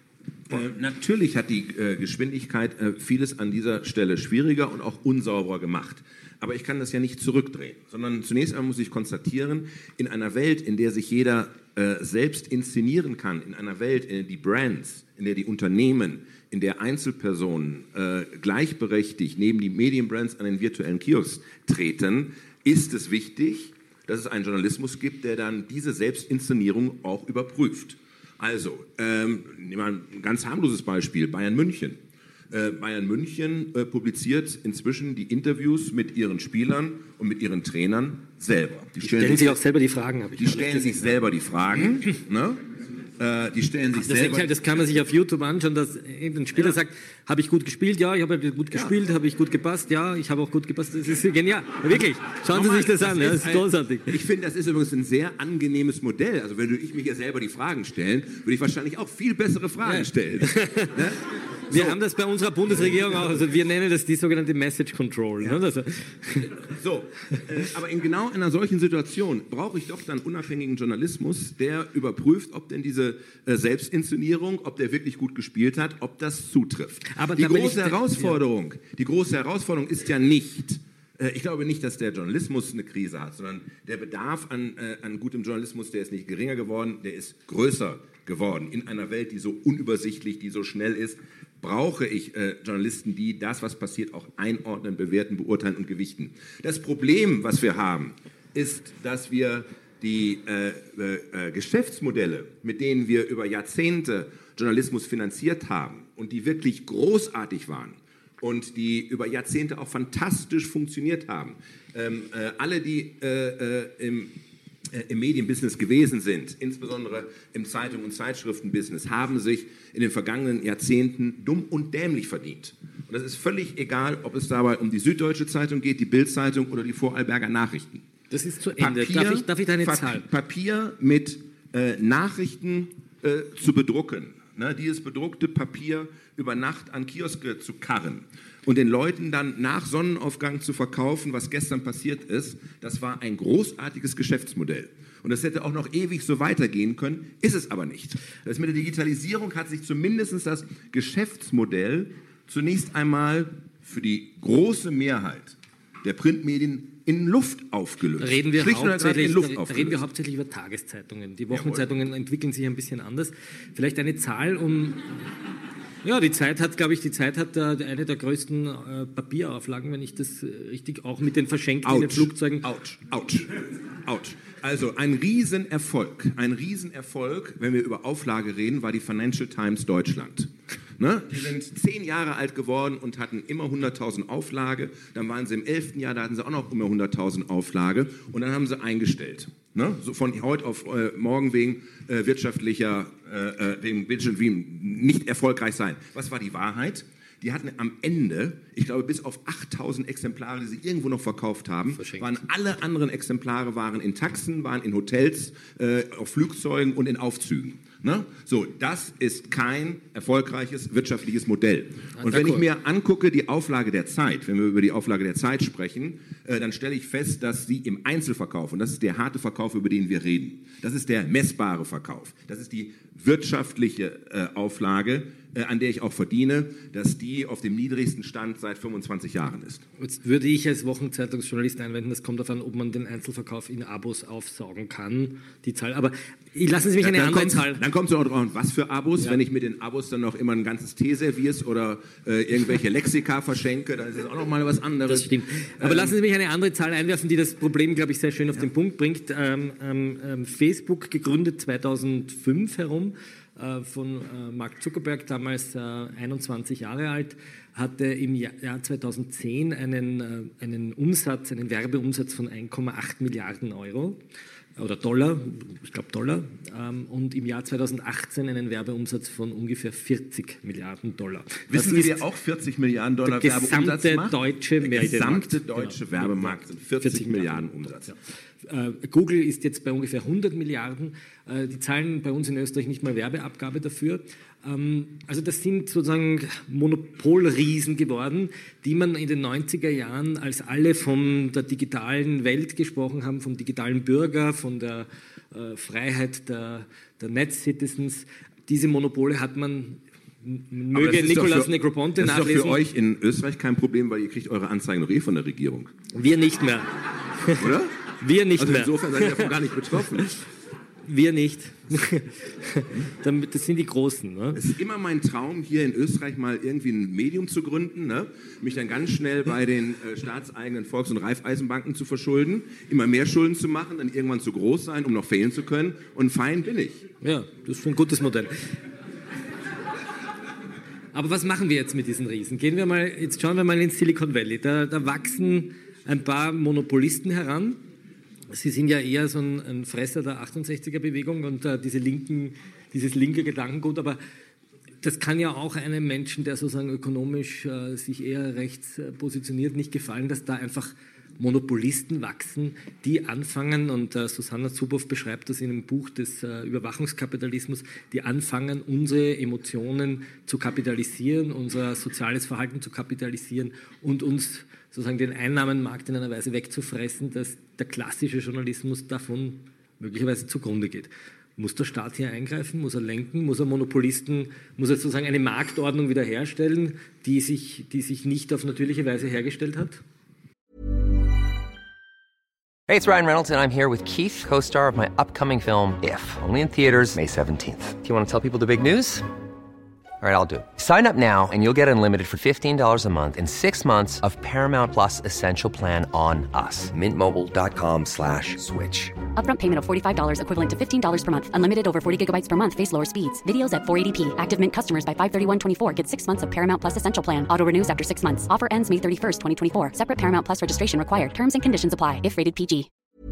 Äh, natürlich hat die äh, Geschwindigkeit äh, vieles an dieser Stelle schwieriger und auch unsauberer gemacht. Aber ich kann das ja nicht zurückdrehen, sondern zunächst einmal muss ich konstatieren, in einer Welt, in der sich jeder äh, selbst inszenieren kann, in einer Welt, in der die Brands, in der die Unternehmen, in der Einzelpersonen äh, gleichberechtigt neben die Medienbrands an den virtuellen Kiosk treten, ist es wichtig, dass es einen Journalismus gibt, der dann diese Selbstinszenierung auch überprüft. Also, ähm, nehmen wir ein ganz harmloses Beispiel, Bayern München. Äh, Bayern München äh, publiziert inzwischen die Interviews mit ihren Spielern und mit ihren Trainern selber. Die stellen, die stellen sich auch selber die Fragen. Habe ich die stellen sich selber die Fragen. ne? äh, die stellen sich das selber... Halt, das kann man sich auf YouTube anschauen, dass ein Spieler ja. sagt, habe ich gut gespielt? Ja, ich habe gut gespielt. Ja. Habe ich gut gepasst? Ja, ich habe auch gut gepasst. Das ist genial. Wirklich. Schauen Sie sich das, das an. Das ist ein, großartig. Ich finde, das ist übrigens ein sehr angenehmes Modell. Also wenn ich mich ja selber die Fragen stellen, würde ich wahrscheinlich auch viel bessere Fragen ja. stellen. ne? Wir so. haben das bei unserer Bundesregierung auch, also wir nennen das die sogenannte Message Control. Ja. Ne? Also. So, äh, aber in genau einer solchen Situation brauche ich doch dann unabhängigen Journalismus, der überprüft, ob denn diese äh, Selbstinszenierung, ob der wirklich gut gespielt hat, ob das zutrifft. Aber die große Herausforderung, ja. die große Herausforderung ist ja nicht, äh, ich glaube nicht, dass der Journalismus eine Krise hat, sondern der Bedarf an, äh, an gutem Journalismus, der ist nicht geringer geworden, der ist größer geworden. In einer Welt, die so unübersichtlich, die so schnell ist, brauche ich äh, Journalisten, die das, was passiert, auch einordnen, bewerten, beurteilen und gewichten. Das Problem, was wir haben, ist, dass wir die äh, äh, Geschäftsmodelle, mit denen wir über Jahrzehnte Journalismus finanziert haben und die wirklich großartig waren und die über Jahrzehnte auch fantastisch funktioniert haben, ähm, äh, alle, die äh, äh, im im Medienbusiness gewesen sind, insbesondere im Zeitung- und Zeitschriftenbusiness, haben sich in den vergangenen Jahrzehnten dumm und dämlich verdient. Und das ist völlig egal, ob es dabei um die Süddeutsche Zeitung geht, die Bild-Zeitung oder die Vorarlberger Nachrichten. Das ist zu Ende. Papier, darf ich, darf ich deine Zahl? Papier mit äh, Nachrichten äh, zu bedrucken, ne, dieses bedruckte Papier über Nacht an Kioske zu karren und den Leuten dann nach Sonnenaufgang zu verkaufen, was gestern passiert ist, das war ein großartiges Geschäftsmodell. Und das hätte auch noch ewig so weitergehen können, ist es aber nicht. Das mit der Digitalisierung hat sich zumindest das Geschäftsmodell zunächst einmal für die große Mehrheit der Printmedien in Luft aufgelöst. Reden wir, hauptsächlich, Luft aufgelöst. reden wir hauptsächlich über Tageszeitungen. Die Wochenzeitungen Jawohl. entwickeln sich ein bisschen anders. Vielleicht eine Zahl, um... Ja, die Zeit hat, glaube ich, die Zeit hat äh, eine der größten äh, Papierauflagen, wenn ich das äh, richtig, auch mit den verschenkten in den Flugzeugen. Autsch, Autsch, Autsch. Also ein Riesenerfolg, ein Riesenerfolg, wenn wir über Auflage reden, war die Financial Times Deutschland. Ne? Die sind zehn Jahre alt geworden und hatten immer hunderttausend Auflage. Dann waren sie im elften Jahr, da hatten sie auch noch immer hunderttausend Auflage. Und dann haben sie eingestellt. Ne? So von heute auf äh, morgen wegen äh, wirtschaftlicher, äh, wegen wegen nicht erfolgreich sein. Was war die Wahrheit? Die hatten am Ende, ich glaube, bis auf achttausend Exemplare, die sie irgendwo noch verkauft haben, Verschenkt. waren alle anderen Exemplare waren in Taxen, waren in Hotels, äh, auf Flugzeugen und in Aufzügen. Ne? So, das ist kein erfolgreiches wirtschaftliches Modell. Und wenn ich mir angucke die Auflage der Zeit, wenn wir über die Auflage der Zeit sprechen, äh, dann stelle ich fest, dass sie im Einzelverkauf, und das ist der harte Verkauf, über den wir reden, das ist der messbare Verkauf, das ist die wirtschaftliche äh, Auflage, äh, an der ich auch verdiene, dass die auf dem niedrigsten Stand seit fünfundzwanzig Jahren ist. Jetzt würde ich als Wochenzeitungsjournalist einwenden, das kommt darauf an, ob man den Einzelverkauf in Abos aufsaugen kann, die Zahl. Aber lassen Sie mich eine ja, andere kommt, Zahl... Dann kommt es auch drauf, was für Abos. Ja. Wenn ich mit den Abos dann noch immer ein ganzes Tee-Serviers oder äh, irgendwelche Lexika verschenke, dann ist das auch noch mal was anderes. Das stimmt. Aber ähm, lassen Sie mich eine andere Zahl einwerfen, die das Problem, glaube ich, sehr schön auf ja. den Punkt bringt. Ähm, ähm, Facebook gegründet zweitausendfünf herum äh, von äh, Mark Zuckerberg, damals äh, einundzwanzig Jahre alt, hatte im Jahr, Jahr zweitausendzehn einen, äh, einen Umsatz, einen Werbeumsatz von ein Komma acht Milliarden Euro. Oder Dollar, ich glaube Dollar, ähm, und im Jahr zweitausendachtzehn einen Werbeumsatz von ungefähr vierzig Milliarden Dollar. Wissen Sie, wer auch vierzig Milliarden Dollar Werbeumsatz macht? Deutsche der gesamte deutsche genau. Werbemarkt sind vierzig, vierzig Milliarden Umsatz. Ja. Äh, Google ist jetzt bei ungefähr hundert Milliarden. Äh, die zahlen bei uns in Österreich nicht mal Werbeabgabe dafür. Ähm, also das sind sozusagen Monopolriesen geworden, die man in den neunziger Jahren, als alle von der digitalen Welt gesprochen haben, vom digitalen Bürger, von der äh, Freiheit der, der Net-Citizens, diese Monopole hat man Möge Nicolas für, Negroponte nachlesen. Das ist doch für euch in Österreich kein Problem, weil ihr kriegt eure Anzeigen noch eh von der Regierung. Wir nicht mehr. Oder? Wir nicht also mehr. Insofern seid ihr davon gar nicht betroffen. Wir nicht. Das sind die Großen. Ne? Es ist immer mein Traum, hier in Österreich mal irgendwie ein Medium zu gründen, ne? Mich dann ganz schnell bei den äh, staatseigenen Volks- und Raiffeisenbanken zu verschulden, immer mehr Schulden zu machen, dann irgendwann zu groß sein, um noch fehlen zu können, und fein bin ich. Ja, das ist ein gutes Modell. Aber was machen wir jetzt mit diesen Riesen? Gehen wir mal, jetzt schauen wir mal ins Silicon Valley. Da, da wachsen ein paar Monopolisten heran. Sie sind ja eher so ein, ein Fresser der achtundsechziger-Bewegung und äh, diese linken, dieses linke Gedankengut, aber das kann ja auch einem Menschen, der sozusagen ökonomisch äh, sich eher rechts äh, positioniert, nicht gefallen, dass da einfach Monopolisten wachsen, die anfangen, und äh, Susanna Zuboff beschreibt das in einem Buch des äh, Überwachungskapitalismus, die anfangen, unsere Emotionen zu kapitalisieren, unser soziales Verhalten zu kapitalisieren und uns sozusagen den Einnahmenmarkt in einer Weise wegzufressen, dass der klassische Journalismus davon möglicherweise zugrunde geht. Muss der Staat hier eingreifen? Muss er lenken? Muss er Monopolisten, muss er sozusagen eine Marktordnung wiederherstellen, die sich, die sich nicht auf natürliche Weise hergestellt hat? Hey, it's Ryan Reynolds, and I'm here with Keith, co-star of my upcoming film, If, only in theaters May seventeenth. Do you want to tell people the big news? All right, I'll do it. Sign up now and you'll get unlimited for fifteen dollars a month and six months of Paramount Plus Essential Plan on us. Mint Mobile dot com slash switch. Upfront payment of forty-five dollars equivalent to fifteen dollars per month. Unlimited over forty gigabytes per month. Face lower speeds. Videos at four eighty p. Active Mint customers by five thirty-one twenty-four get six months of Paramount Plus Essential Plan. Auto renews after six months. Offer ends May thirty-first, twenty twenty-four. Separate Paramount Plus registration required. Terms and conditions apply if rated P G.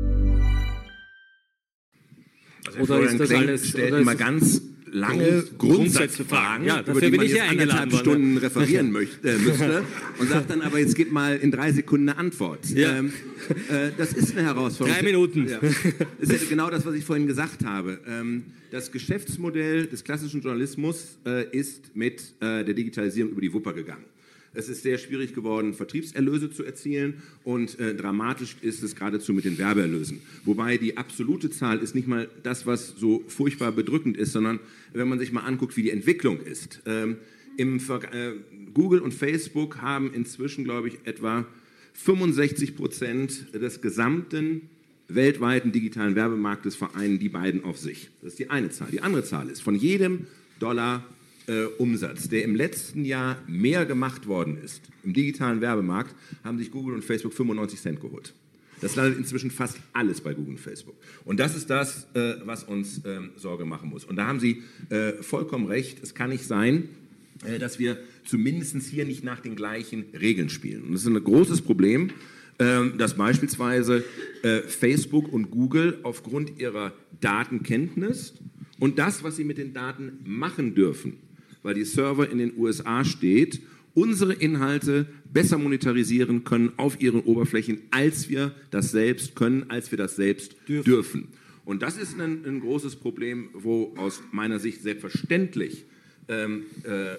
Also oder ist das alles, stellt immer ganz lange Grundsatzfragen, ja, über die man jetzt anderthalb Stunden worden, referieren möchte, äh, müsste und sagt dann, aber jetzt gib mal in drei Sekunden eine Antwort. Ja. Ähm, äh, das ist eine Herausforderung. Drei Minuten. Ja. Das ist ja genau das, was ich vorhin gesagt habe. Ähm, das Geschäftsmodell des klassischen Journalismus äh, ist mit äh, der Digitalisierung über die Wupper gegangen. Es ist sehr schwierig geworden, Vertriebserlöse zu erzielen, und äh, dramatisch ist es geradezu mit den Werbeerlösen. Wobei die absolute Zahl ist nicht mal das, was so furchtbar bedrückend ist, sondern wenn man sich mal anguckt, wie die Entwicklung ist. Ähm, im Ver äh, Google und Facebook haben inzwischen, glaube ich, etwa fünfundsechzig Prozent des gesamten weltweiten digitalen Werbemarktes vereinen die beiden auf sich. Das ist die eine Zahl. Die andere Zahl ist, von jedem Dollar Äh, Umsatz, der im letzten Jahr mehr gemacht worden ist, im digitalen Werbemarkt, haben sich Google und Facebook fünfundneunzig Cent geholt. Das landet inzwischen fast alles bei Google und Facebook. Und das ist das, äh, was uns äh, Sorge machen muss. Und da haben Sie äh, vollkommen recht, es kann nicht sein, äh, dass wir zumindest hier nicht nach den gleichen Regeln spielen. Und das ist ein großes Problem, äh, dass beispielsweise äh, Facebook und Google aufgrund ihrer Datenkenntnis und das, was sie mit den Daten machen dürfen, weil die Server in den U S A steht, unsere Inhalte besser monetarisieren können auf ihren Oberflächen, als wir das selbst können, als wir das selbst dürfen. dürfen. Und das ist ein, ein großes Problem, wo aus meiner Sicht selbstverständlich ähm, äh,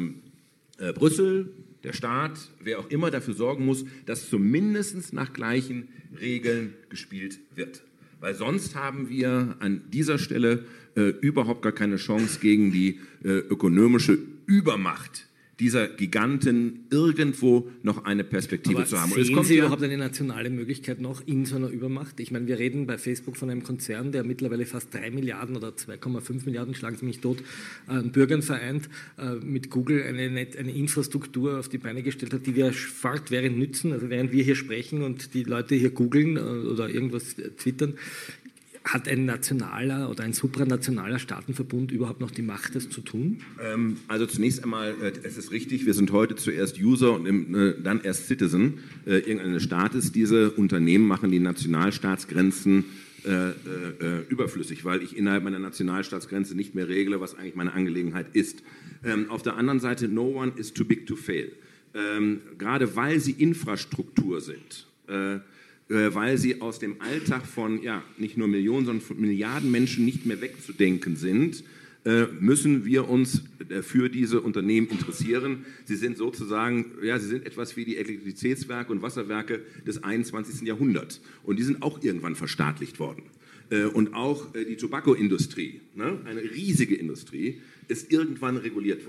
äh, Brüssel, der Staat, wer auch immer dafür sorgen muss, dass zumindest nach gleichen Regeln gespielt wird. Weil sonst haben wir an dieser Stelle äh, überhaupt gar keine Chance gegen die äh, ökonomische Übermacht dieser Giganten irgendwo noch eine Perspektive Aber zu haben. Sehen Und es kommt Sie ja überhaupt eine nationale Möglichkeit noch in so einer Übermacht? Ich meine, wir reden bei Facebook von einem Konzern, der mittlerweile fast drei Milliarden oder zwei Komma fünf Milliarden, schlagen Sie mich tot, an Bürgern vereint, äh, mit Google eine, eine Infrastruktur auf die Beine gestellt hat, die wir fortwährend nützen. Also während wir hier sprechen und die Leute hier googeln äh, oder irgendwas äh, twittern, hat ein nationaler oder ein supranationaler Staatenverbund überhaupt noch die Macht, das zu tun? Ähm, also zunächst einmal, äh, es ist richtig, wir sind heute zuerst User und im, äh, dann erst Citizen äh, irgendeines Staates. Diese Unternehmen machen die Nationalstaatsgrenzen äh, äh, überflüssig, weil ich innerhalb meiner Nationalstaatsgrenze nicht mehr regle, was eigentlich meine Angelegenheit ist. Ähm, auf der anderen Seite, no one is too big to fail. Ähm, gerade weil sie Infrastruktur sind, äh, weil sie aus dem Alltag von ja, nicht nur Millionen, sondern von Milliarden Menschen nicht mehr wegzudenken sind, müssen wir uns für diese Unternehmen interessieren. Sie sind sozusagen, ja, sie sind etwas wie die Elektrizitätswerke und Wasserwerke des einundzwanzigsten Jahrhunderts. Und die sind auch irgendwann verstaatlicht worden. Und auch die Tobacco-Industrie, ne, eine riesige Industrie, ist irgendwann reguliert worden.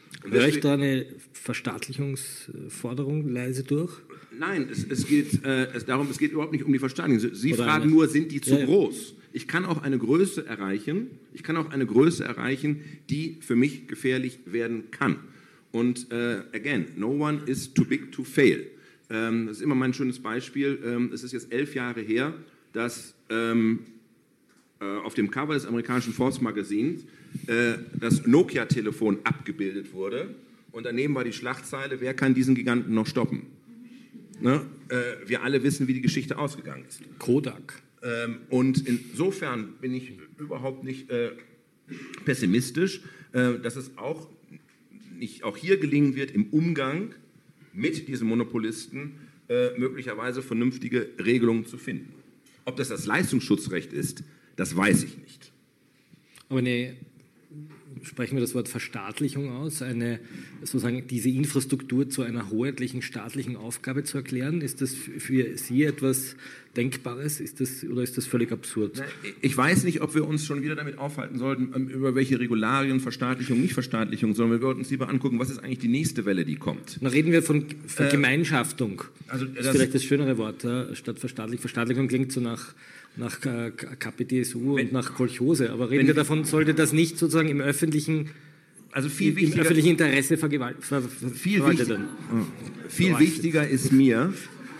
Höre ich da eine Verstaatlichungsforderung leise durch? Nein, es, es geht äh, es darum, es geht überhaupt nicht um die Verstaatlichung. Sie, Sie fragen eine, nur, sind die zu ja, ja. groß? Ich kann auch eine Größe erreichen, ich kann auch eine Größe erreichen, die für mich gefährlich werden kann. Und äh, again, no one is too big to fail. Ähm, das ist immer mein schönes Beispiel. Ähm, es ist jetzt elf Jahre her, dass ähm, äh, auf dem Cover des amerikanischen Forbes-Magazins äh, das Nokia-Telefon abgebildet wurde. Und daneben war die Schlagzeile, wer kann diesen Giganten noch stoppen? Ne? Äh, wir alle wissen, wie die Geschichte ausgegangen ist. Kodak. Ähm, und insofern bin ich überhaupt nicht äh, pessimistisch, äh, dass es auch, nicht, auch hier gelingen wird, im Umgang mit diesen Monopolisten äh, möglicherweise vernünftige Regelungen zu finden. Ob das das Leistungsschutzrecht ist, das weiß ich nicht. Aber eine, sprechen wir das Wort Verstaatlichung aus, eine, sozusagen diese Infrastruktur zu einer hoheitlichen staatlichen Aufgabe zu erklären, ist das für Sie etwas Denkbares, ist das, oder ist das völlig absurd? Ich weiß nicht, ob wir uns schon wieder damit aufhalten sollten, über welche Regularien, Verstaatlichung, Nicht-Verstaatlichung, sondern wir sollten uns lieber angucken, was ist eigentlich die nächste Welle, die kommt. Dann reden wir von Vergemeinschaftung. Äh, also das ist das vielleicht das schönere Wort, äh, statt Verstaatlichung. Verstaatlichung klingt so nach nach K P D S U wenn, und nach Kolchose. Aber reden wir davon, sollte das nicht sozusagen im öffentlichen, also viel im, im öffentlichen Interesse vergewaltigt ver, ver, viel, wichtig, viel verwaltet. Wichtiger ist mir,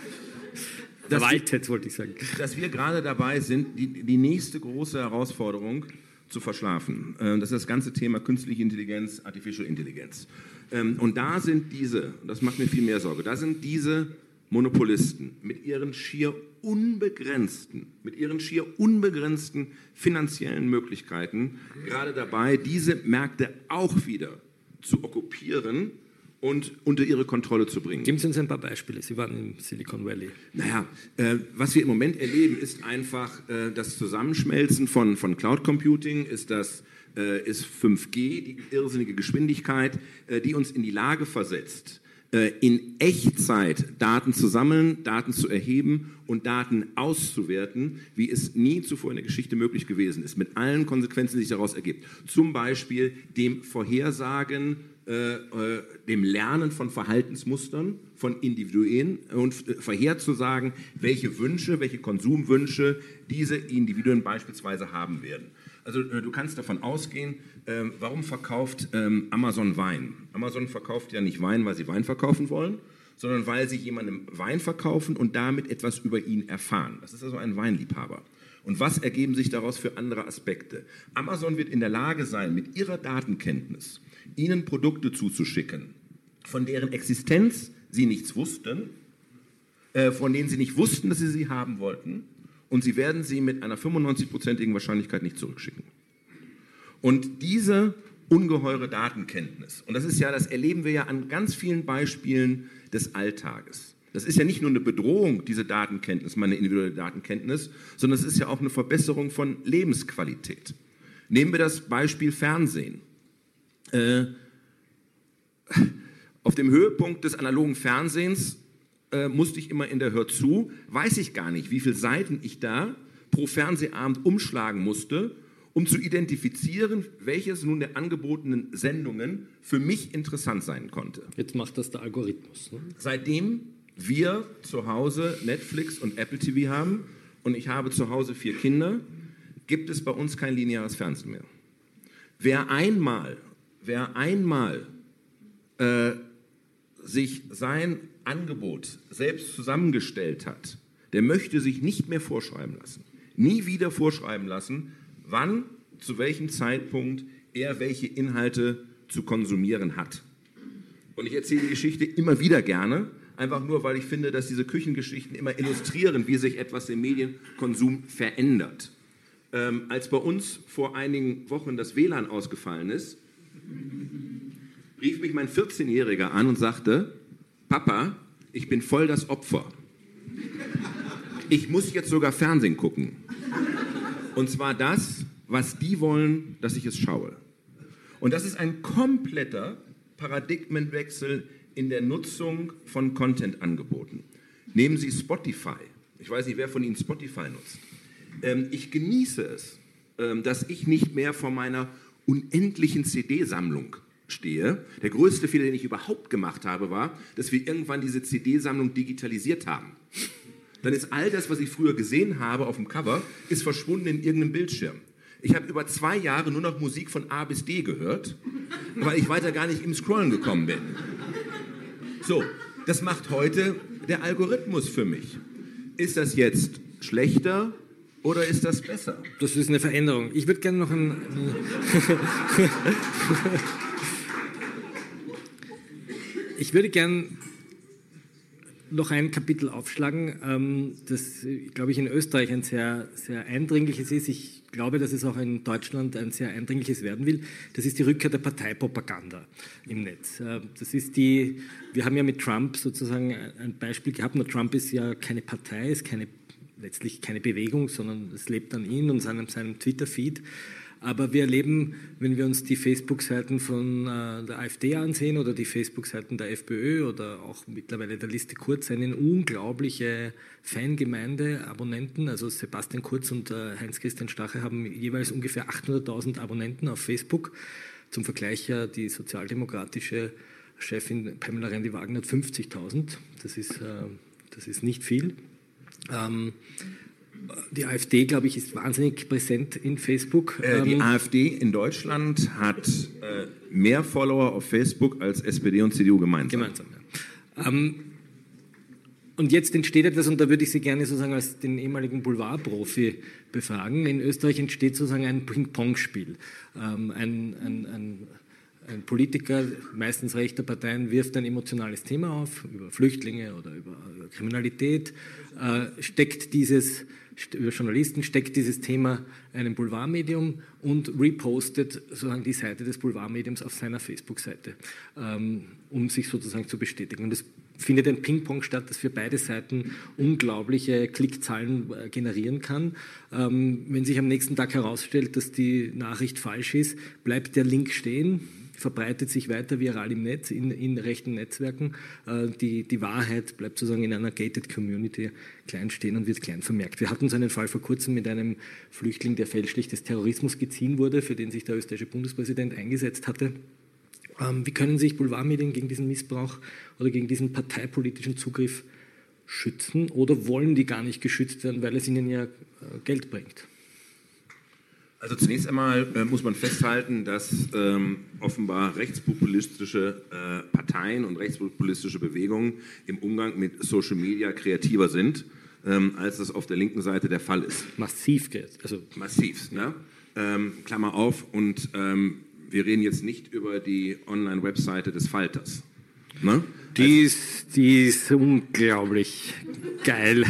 dass, verwaltet, wollte ich sagen. dass wir gerade dabei sind, die, die nächste große Herausforderung zu verschlafen. Das ist das ganze Thema künstliche Intelligenz, Artificial Intelligence. Und da sind diese, das macht mir viel mehr Sorge, da sind diese Monopolisten mit ihren schier unbegrenzten, mit ihren schier unbegrenzten finanziellen Möglichkeiten gerade dabei, diese Märkte auch wieder zu okkupieren und unter ihre Kontrolle zu bringen. Geben Sie uns ein paar Beispiele. Sie waren im Silicon Valley. Naja, äh, was wir im Moment erleben, ist einfach äh, das Zusammenschmelzen von, von Cloud Computing, ist das äh, ist fünf G, die irrsinnige Geschwindigkeit, äh, die uns in die Lage versetzt, in Echtzeit Daten zu sammeln, Daten zu erheben und Daten auszuwerten, wie es nie zuvor in der Geschichte möglich gewesen ist, mit allen Konsequenzen, die sich daraus ergibt. Zum Beispiel dem Vorhersagen, äh, äh, dem Lernen von Verhaltensmustern von Individuen und äh, vorherzusagen, welche Wünsche, welche Konsumwünsche diese Individuen beispielsweise haben werden. Also äh, du kannst davon ausgehen, äh, warum verkauft ähm, Amazon Wein? Amazon verkauft ja nicht Wein, weil sie Wein verkaufen wollen, sondern weil sie jemandem Wein verkaufen und damit etwas über ihn erfahren. Das ist also ein Weinliebhaber. Und was ergeben sich daraus für andere Aspekte? Amazon wird in der Lage sein, mit ihrer Datenkenntnis Ihnen Produkte zuzuschicken, von deren Existenz Sie nichts wussten, äh, von denen Sie nicht wussten, dass Sie sie haben wollten, und Sie werden sie mit einer fünfundneunzig-prozentigen Wahrscheinlichkeit nicht zurückschicken. Und diese ungeheure Datenkenntnis, und das ist ja, das erleben wir ja an ganz vielen Beispielen des Alltages. Das ist ja nicht nur eine Bedrohung, diese Datenkenntnis, meine individuelle Datenkenntnis, sondern es ist ja auch eine Verbesserung von Lebensqualität. Nehmen wir das Beispiel Fernsehen. Äh, auf dem Höhepunkt des analogen Fernsehens äh, musste ich immer in der Hör zu, weiß ich gar nicht, wie viele Seiten ich da pro Fernsehabend umschlagen musste, um zu identifizieren, welches nun der angebotenen Sendungen für mich interessant sein konnte. Jetzt macht das der Algorithmus. Ne? Seitdem wir zu Hause Netflix und Apple T V haben und ich habe zu Hause vier Kinder, gibt es bei uns kein lineares Fernsehen mehr. Wer einmal, wer einmal äh, sich sein Angebot selbst zusammengestellt hat, der möchte sich nicht mehr vorschreiben lassen, nie wieder vorschreiben lassen, wann, zu welchem Zeitpunkt er welche Inhalte zu konsumieren hat. Und ich erzähle die Geschichte immer wieder gerne, einfach nur, weil ich finde, dass diese Küchengeschichten immer illustrieren, wie sich etwas im Medienkonsum verändert. Ähm, als bei uns vor einigen Wochen das W L A N ausgefallen ist, rief mich mein vierzehnjähriger an und sagte, Papa, ich bin voll das Opfer. Ich muss jetzt sogar Fernsehen gucken. Und zwar das, was die wollen, dass ich es schaue. Und das ist ein kompletter Paradigmenwechsel in der Nutzung von Content-Angeboten. Nehmen Sie Spotify. Ich weiß nicht, wer von Ihnen Spotify nutzt. Ähm, ich genieße es, ähm, dass ich nicht mehr von meiner unendlichen C D-Sammlung stehe. Der größte Fehler, den ich überhaupt gemacht habe, war, dass wir irgendwann diese C D-Sammlung digitalisiert haben. Dann ist all das, was ich früher gesehen habe auf dem Cover, ist verschwunden in irgendeinem Bildschirm. Ich habe über zwei Jahre nur noch Musik von A bis D gehört, weil ich weiter gar nicht im Scrollen gekommen bin. So, das macht heute der Algorithmus für mich. Ist das jetzt schlechter oder ist das besser? Das ist eine Veränderung. Ich würde gerne noch ein... ich würde gerne noch ein Kapitel aufschlagen, das, glaube ich, in Österreich ein sehr, sehr eindringliches ist. Ich glaube, dass es auch in Deutschland ein sehr eindringliches werden will. Das ist die Rückkehr der Parteipropaganda im Netz. Das ist die, wir haben ja mit Trump sozusagen ein Beispiel gehabt. Nur Trump ist ja keine Partei, ist keine, letztlich keine Bewegung, sondern es lebt an ihm und seinem, seinem Twitter-Feed. Aber wir erleben, wenn wir uns die Facebook-Seiten von äh, der AfD ansehen oder die Facebook-Seiten der FPÖ oder auch mittlerweile der Liste Kurz, eine unglaubliche Fangemeinde, Abonnenten. Also Sebastian Kurz und äh, Heinz-Christian Strache haben jeweils ungefähr achthunderttausend Abonnenten auf Facebook. Zum Vergleich ja die sozialdemokratische Chefin Pamela Rendi-Wagner hat fünfzigtausend. Das ist, äh, das ist nicht viel. Ähm, Die AfD, glaube ich, ist wahnsinnig präsent in Facebook. Äh, die ähm, AfD in Deutschland hat äh, mehr Follower auf Facebook als S P D und C D U gemeinsam. Gemeinsam, ja. Ähm, und jetzt entsteht etwas, und da würde ich Sie gerne sozusagen als den ehemaligen Boulevardprofi befragen. In Österreich entsteht sozusagen ein Ping-Pong-Spiel. Ähm, ein, ein, ein, ein Politiker, meistens rechter Parteien, wirft ein emotionales Thema auf, über Flüchtlinge oder über Kriminalität, äh, steckt dieses... über Journalisten, steckt dieses Thema einem Boulevardmedium und repostet sozusagen die Seite des Boulevardmediums auf seiner Facebook-Seite, ähm, um sich sozusagen zu bestätigen. Und es findet ein Ping-Pong statt, das für beide Seiten unglaubliche Klickzahlen äh, generieren kann. Ähm, wenn sich am nächsten Tag herausstellt, dass die Nachricht falsch ist, bleibt der Link stehen, verbreitet sich weiter viral im Netz, in, in rechten Netzwerken. Äh, die, die Wahrheit bleibt sozusagen in einer gated Community klein stehen und wird klein vermerkt. Wir hatten so einen Fall vor kurzem mit einem Flüchtling, der fälschlich des Terrorismus geziehen wurde, für den sich der österreichische Bundespräsident eingesetzt hatte. Ähm, wie können sich Boulevardmedien gegen diesen Missbrauch oder gegen diesen parteipolitischen Zugriff schützen oder wollen die gar nicht geschützt werden, weil es ihnen ja äh, Geld bringt? Also zunächst einmal äh, muss man festhalten, dass ähm, offenbar rechtspopulistische äh, Parteien und rechtspopulistische Bewegungen im Umgang mit Social Media kreativer sind, ähm, als das auf der linken Seite der Fall ist. Massiv, also massiv, ne? Ähm, Klammer auf, und ähm, wir reden jetzt nicht über die Online-Webseite des Falters. Ne? Die ist, die ist unglaublich geil.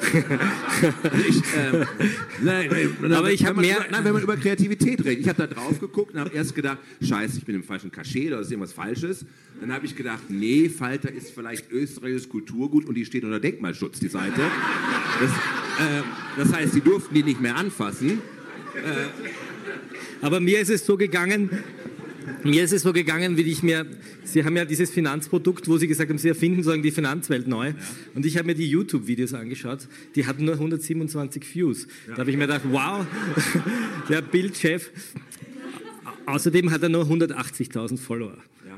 Ich, ähm, nein, nein, aber ich habe mehr. Über, nein, wenn man über Kreativität redet. Ich habe da drauf geguckt und habe erst gedacht, Scheiße, ich bin im falschen Cachet, da ist irgendwas Falsches. Dann habe ich gedacht, nee, Falter ist vielleicht österreichisches Kulturgut und die steht unter Denkmalschutz, die Seite. Das, äh, das heißt, die durften die nicht mehr anfassen. Äh, aber mir ist es so gegangen. Mir ist es so gegangen, wie ich mir, Sie haben ja dieses Finanzprodukt, wo Sie gesagt haben, Sie erfinden sozusagen die Finanzwelt neu. Ja. Und ich habe mir die YouTube-Videos angeschaut, die hatten nur hundertsiebenundzwanzig Views. Ja. Da habe ich mir gedacht, wow, der Bildchef. Außerdem hat er nur hundertachtzigtausend Follower.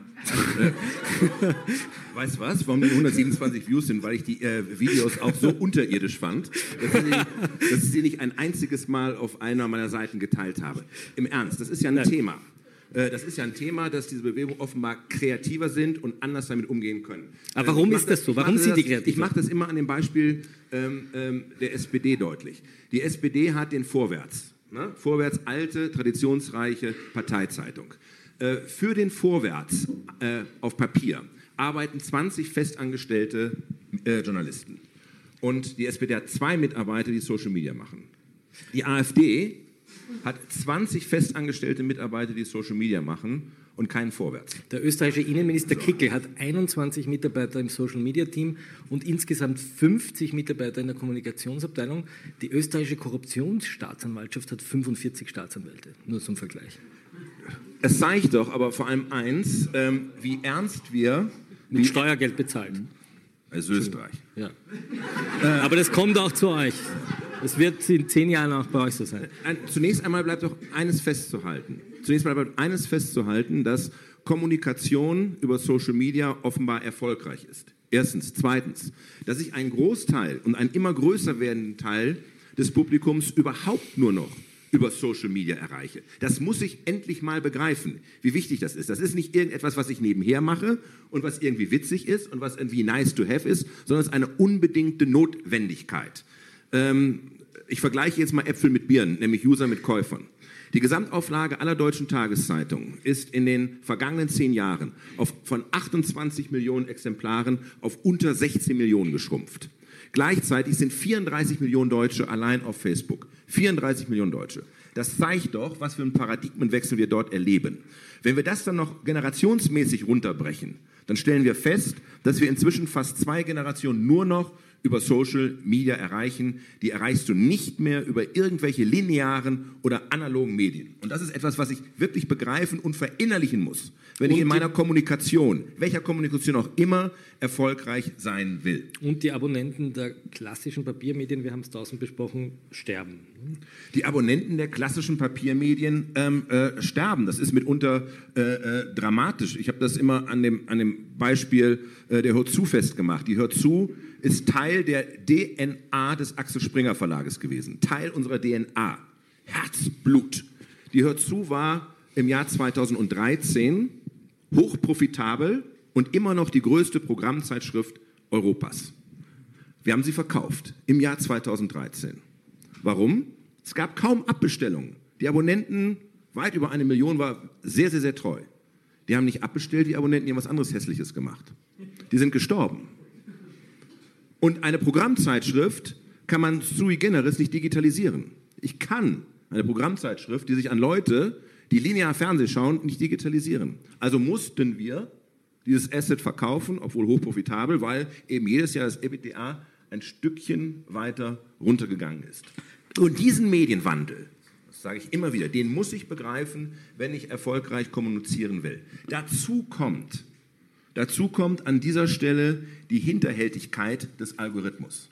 Ja. Weißt du was, warum die hundertsiebenundzwanzig Views sind? Weil ich die äh, Videos auch so unterirdisch fand, dass ich, dass ich sie nicht ein einziges Mal auf einer meiner Seiten geteilt habe. Im Ernst, das ist ja ein Nein. Thema. Das ist ja ein Thema, dass diese Bewegungen offenbar kreativer sind und anders damit umgehen können. Aber warum ist das so? Warum sind die kreativ? Ich mache das immer an dem Beispiel ähm, ähm, der S P D deutlich. Die S P D hat den Vorwärts. Ne? Vorwärts, alte, traditionsreiche Parteizeitung. Äh, für den Vorwärts äh, auf Papier arbeiten zwanzig festangestellte äh, Journalisten. Und die S P D hat zwei Mitarbeiter, die Social Media machen. Die AfD hat zwanzig festangestellte Mitarbeiter, die Social Media machen und keinen Vorwärts. Der österreichische Innenminister so. Kickl hat einundzwanzig Mitarbeiter im Social Media Team und insgesamt fünfzig Mitarbeiter in der Kommunikationsabteilung. Die österreichische Korruptionsstaatsanwaltschaft hat fünfundvierzig Staatsanwälte, nur zum Vergleich. Es zeigt doch aber vor allem eins, ähm, wie ernst wir mit wie Steuergeld bezahlen. Als Österreich. Ja. äh, aber das kommt auch zu euch. Es wird in zehn Jahren auch bei euch so sein. Zunächst einmal bleibt doch eines festzuhalten. Zunächst einmal bleibt eines festzuhalten, dass Kommunikation über Social Media offenbar erfolgreich ist. Erstens. Zweitens, dass ich einen Großteil und einen immer größer werdenden Teil des Publikums überhaupt nur noch über Social Media erreiche. Das muss ich endlich mal begreifen, wie wichtig das ist. Das ist nicht irgendetwas, was ich nebenher mache und was irgendwie witzig ist und was irgendwie nice to have ist, sondern es ist eine unbedingte Notwendigkeit. Ähm, ich vergleiche jetzt mal Äpfel mit Birnen, nämlich User mit Käufern. Die Gesamtauflage aller deutschen Tageszeitungen ist in den vergangenen zehn Jahren auf, von achtundzwanzig Millionen Exemplaren auf unter sechzehn Millionen geschrumpft. Gleichzeitig sind vierunddreißig Millionen Deutsche allein auf Facebook. vierunddreißig Millionen Deutsche. Das zeigt doch, was für einen Paradigmenwechsel wir dort erleben. Wenn wir das dann noch generationsmäßig runterbrechen, dann stellen wir fest, dass wir inzwischen fast zwei Generationen nur noch über Social Media erreichen. Die erreichst du nicht mehr über irgendwelche linearen oder analogen Medien. Und das ist etwas, was ich wirklich begreifen und verinnerlichen muss, wenn ich in meiner Kommunikation, welcher Kommunikation auch immer, erfolgreich sein will. Und die Abonnenten der klassischen Papiermedien, wir haben es draußen besprochen, sterben. Die Abonnenten der klassischen Papiermedien ähm, äh, sterben. Das ist mitunter äh, äh, dramatisch. Ich habe das immer an dem, an dem Beispiel äh, der Hör zu festgemacht. Die Hör zu ist Teil der D N A des Axel Springer Verlages gewesen. Teil unserer D N A. Herzblut. Die Hör zu war im Jahr zweitausenddreizehn hochprofitabel und immer noch die größte Programmzeitschrift Europas. Wir haben sie verkauft im Jahr zweitausenddreizehn. Warum? Es gab kaum Abbestellungen. Die Abonnenten, weit über eine Million, war sehr, sehr, sehr treu. Die haben nicht abbestellt, die Abonnenten, die haben was anderes Hässliches gemacht. Die sind gestorben. Und eine Programmzeitschrift kann man sui generis nicht digitalisieren. Ich kann eine Programmzeitschrift, die sich an Leute, die linear Fernsehen schauen, nicht digitalisieren. Also mussten wir dieses Asset verkaufen, obwohl hochprofitabel, weil eben jedes Jahr das E B T A ein Stückchen weiter runtergegangen ist. Und diesen Medienwandel, das sage ich immer wieder, den muss ich begreifen, wenn ich erfolgreich kommunizieren will. Dazu kommt, dazu kommt an dieser Stelle die Hinterhältigkeit des Algorithmus.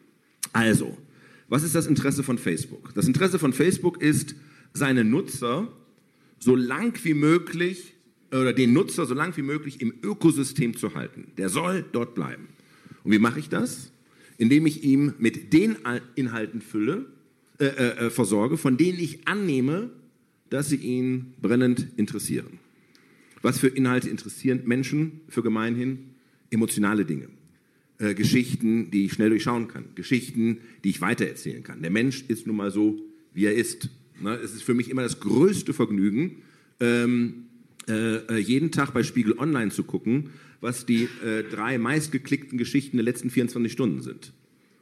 Also, was ist das Interesse von Facebook? Das Interesse von Facebook ist, seine Nutzer so lang wie möglich oder den Nutzer so lang wie möglich im Ökosystem zu halten. Der soll dort bleiben. Und wie mache ich das? Indem ich ihm mit den Inhalten fülle, äh, äh, versorge, von denen ich annehme, dass sie ihn brennend interessieren. Was für Inhalte interessieren Menschen für gemeinhin? Emotionale Dinge. Äh, Geschichten, die ich schnell durchschauen kann. Geschichten, die ich weitererzählen kann. Der Mensch ist nun mal so, wie er ist. Ne? Es ist für mich immer das größte Vergnügen, ähm, äh, jeden Tag bei Spiegel Online zu gucken, was die äh, drei meistgeklickten Geschichten der letzten vierundzwanzig Stunden sind.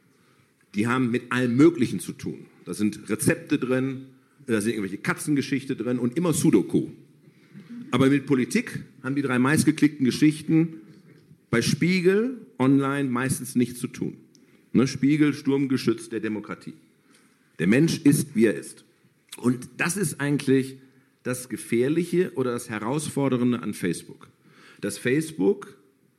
Die haben mit allem Möglichen zu tun. Da sind Rezepte drin, da sind irgendwelche Katzengeschichte drin und immer Sudoku. Aber mit Politik haben die drei meistgeklickten Geschichten bei Spiegel Online meistens nichts zu tun. Ne? Spiegel, Sturmgeschütz der Demokratie. Der Mensch ist, wie er ist. Und das ist eigentlich das Gefährliche oder das Herausfordernde an Facebook. Dass Facebook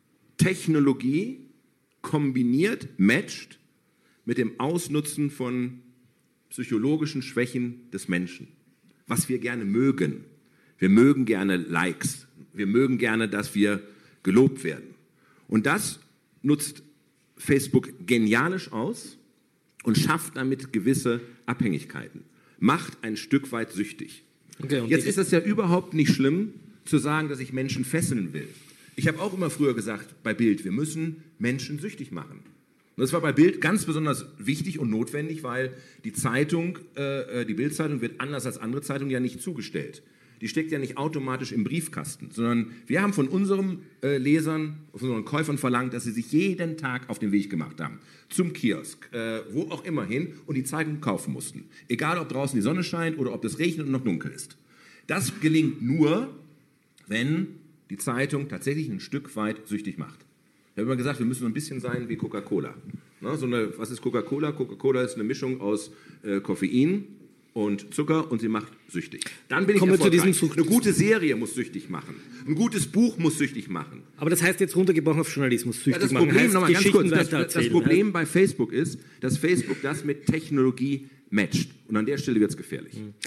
Technologie kombiniert, matcht mit dem Ausnutzen von psychologischen Schwächen des Menschen. Was wir gerne mögen. Wir mögen gerne Likes. Wir mögen gerne, dass wir gelobt werden. Und das nutzt Facebook genialisch aus und schafft damit gewisse Abhängigkeiten. Macht ein Stück weit süchtig. Okay, Jetzt ist es ja überhaupt nicht schlimm, zu sagen, dass ich Menschen fesseln will. Ich habe auch immer früher gesagt, bei Bild, wir müssen Menschen süchtig machen. Und das war bei Bild ganz besonders wichtig und notwendig, weil die Zeitung, äh, die Bild-Zeitung wird anders als andere Zeitungen ja nicht zugestellt. Die steckt ja nicht automatisch im Briefkasten, sondern wir haben von unseren äh, Lesern, von unseren Käufern verlangt, dass sie sich jeden Tag auf den Weg gemacht haben. Zum Kiosk, äh, wo auch immer hin und die Zeitung kaufen mussten. Egal, ob draußen die Sonne scheint oder ob es regnet und noch dunkel ist. Das gelingt nur, wenn die Zeitung tatsächlich ein Stück weit süchtig macht. Ich habe immer gesagt, wir müssen so ein bisschen sein wie Coca-Cola. Na, so eine, was ist Coca-Cola? Coca-Cola ist eine Mischung aus äh, Koffein und Zucker und sie macht süchtig. Dann bin ich Kommen wir zu diesem Eine gute Serie muss süchtig machen. Ein gutes Buch muss süchtig machen. Aber das heißt jetzt runtergebrochen auf Journalismus süchtig ja, das machen. Problem, heißt, noch mal ganz kurz, das, erzählen, das Problem ja? bei Facebook ist, dass Facebook das mit Technologie matcht. Und an der Stelle wird es gefährlich.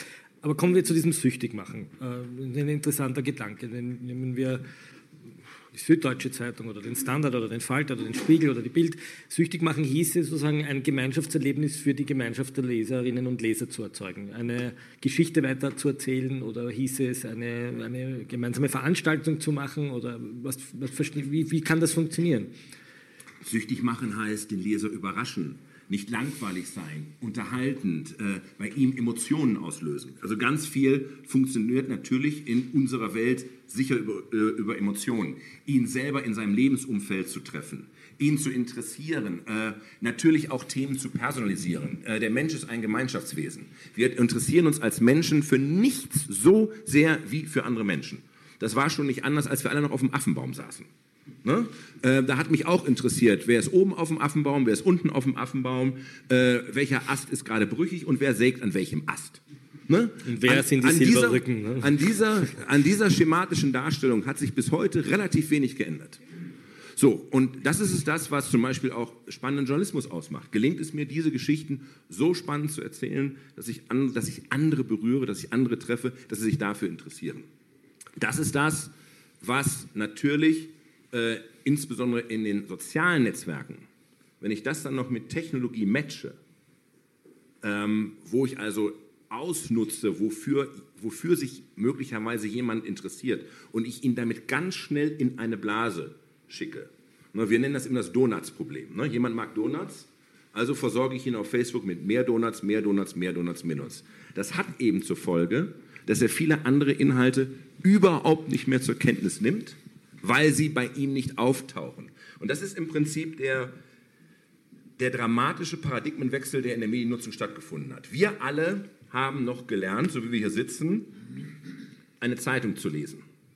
Aber kommen wir zu diesem Süchtigmachen. Äh, ein interessanter Gedanke. Den nehmen wir die Süddeutsche Zeitung oder den Standard oder den Falter oder den Spiegel oder die Bild. Süchtig machen hieße sozusagen ein Gemeinschaftserlebnis für die Gemeinschaft der Leserinnen und Leser zu erzeugen, eine Geschichte weiter zu erzählen oder hieße es eine, eine gemeinsame Veranstaltung zu machen oder was, was, wie, wie kann das funktionieren? Süchtig machen heißt den Leser überraschen, nicht langweilig sein, unterhaltend, äh, bei ihm Emotionen auslösen. Also ganz viel funktioniert natürlich in unserer Welt sicher über, äh, über Emotionen. Ihn selber in seinem Lebensumfeld zu treffen, ihn zu interessieren, äh, natürlich auch Themen zu personalisieren. Äh, der Mensch ist ein Gemeinschaftswesen. Wir interessieren uns als Menschen für nichts so sehr wie für andere Menschen. Das war schon nicht anders, als wir alle noch auf dem Affenbaum saßen. Ne? Äh, da hat mich auch interessiert, wer ist oben auf dem Affenbaum, wer ist unten auf dem Affenbaum, äh, welcher Ast ist gerade brüchig und wer sägt an welchem Ast. Ne? Und wer an, sind die an Silberrücken? Dieser, ne? an, dieser, an dieser schematischen Darstellung hat sich bis heute relativ wenig geändert. So, und das ist es das, was zum Beispiel auch spannenden Journalismus ausmacht. Gelingt es mir, diese Geschichten so spannend zu erzählen, dass ich, an, dass ich andere berühre, dass ich andere treffe, dass sie sich dafür interessieren. Das ist das, was natürlich Äh, insbesondere in den sozialen Netzwerken, wenn ich das dann noch mit Technologie matche, ähm, wo ich also ausnutze, wofür, wofür sich möglicherweise jemand interessiert und ich ihn damit ganz schnell in eine Blase schicke. Ne, wir nennen das immer das Donuts-Problem. Ne? Jemand mag Donuts, also versorge ich ihn auf Facebook mit mehr Donuts, mehr Donuts, mehr Donuts, mehr Donuts. Das hat eben zur Folge, dass er viele andere Inhalte überhaupt nicht mehr zur Kenntnis nimmt, weil sie bei ihm nicht auftauchen. Und das ist im Prinzip der, der dramatische Paradigmenwechsel, der in der Mediennutzung stattgefunden hat. Wir alle haben noch gelernt, so wie wir hier sitzen, eine Zeitung zu lesen.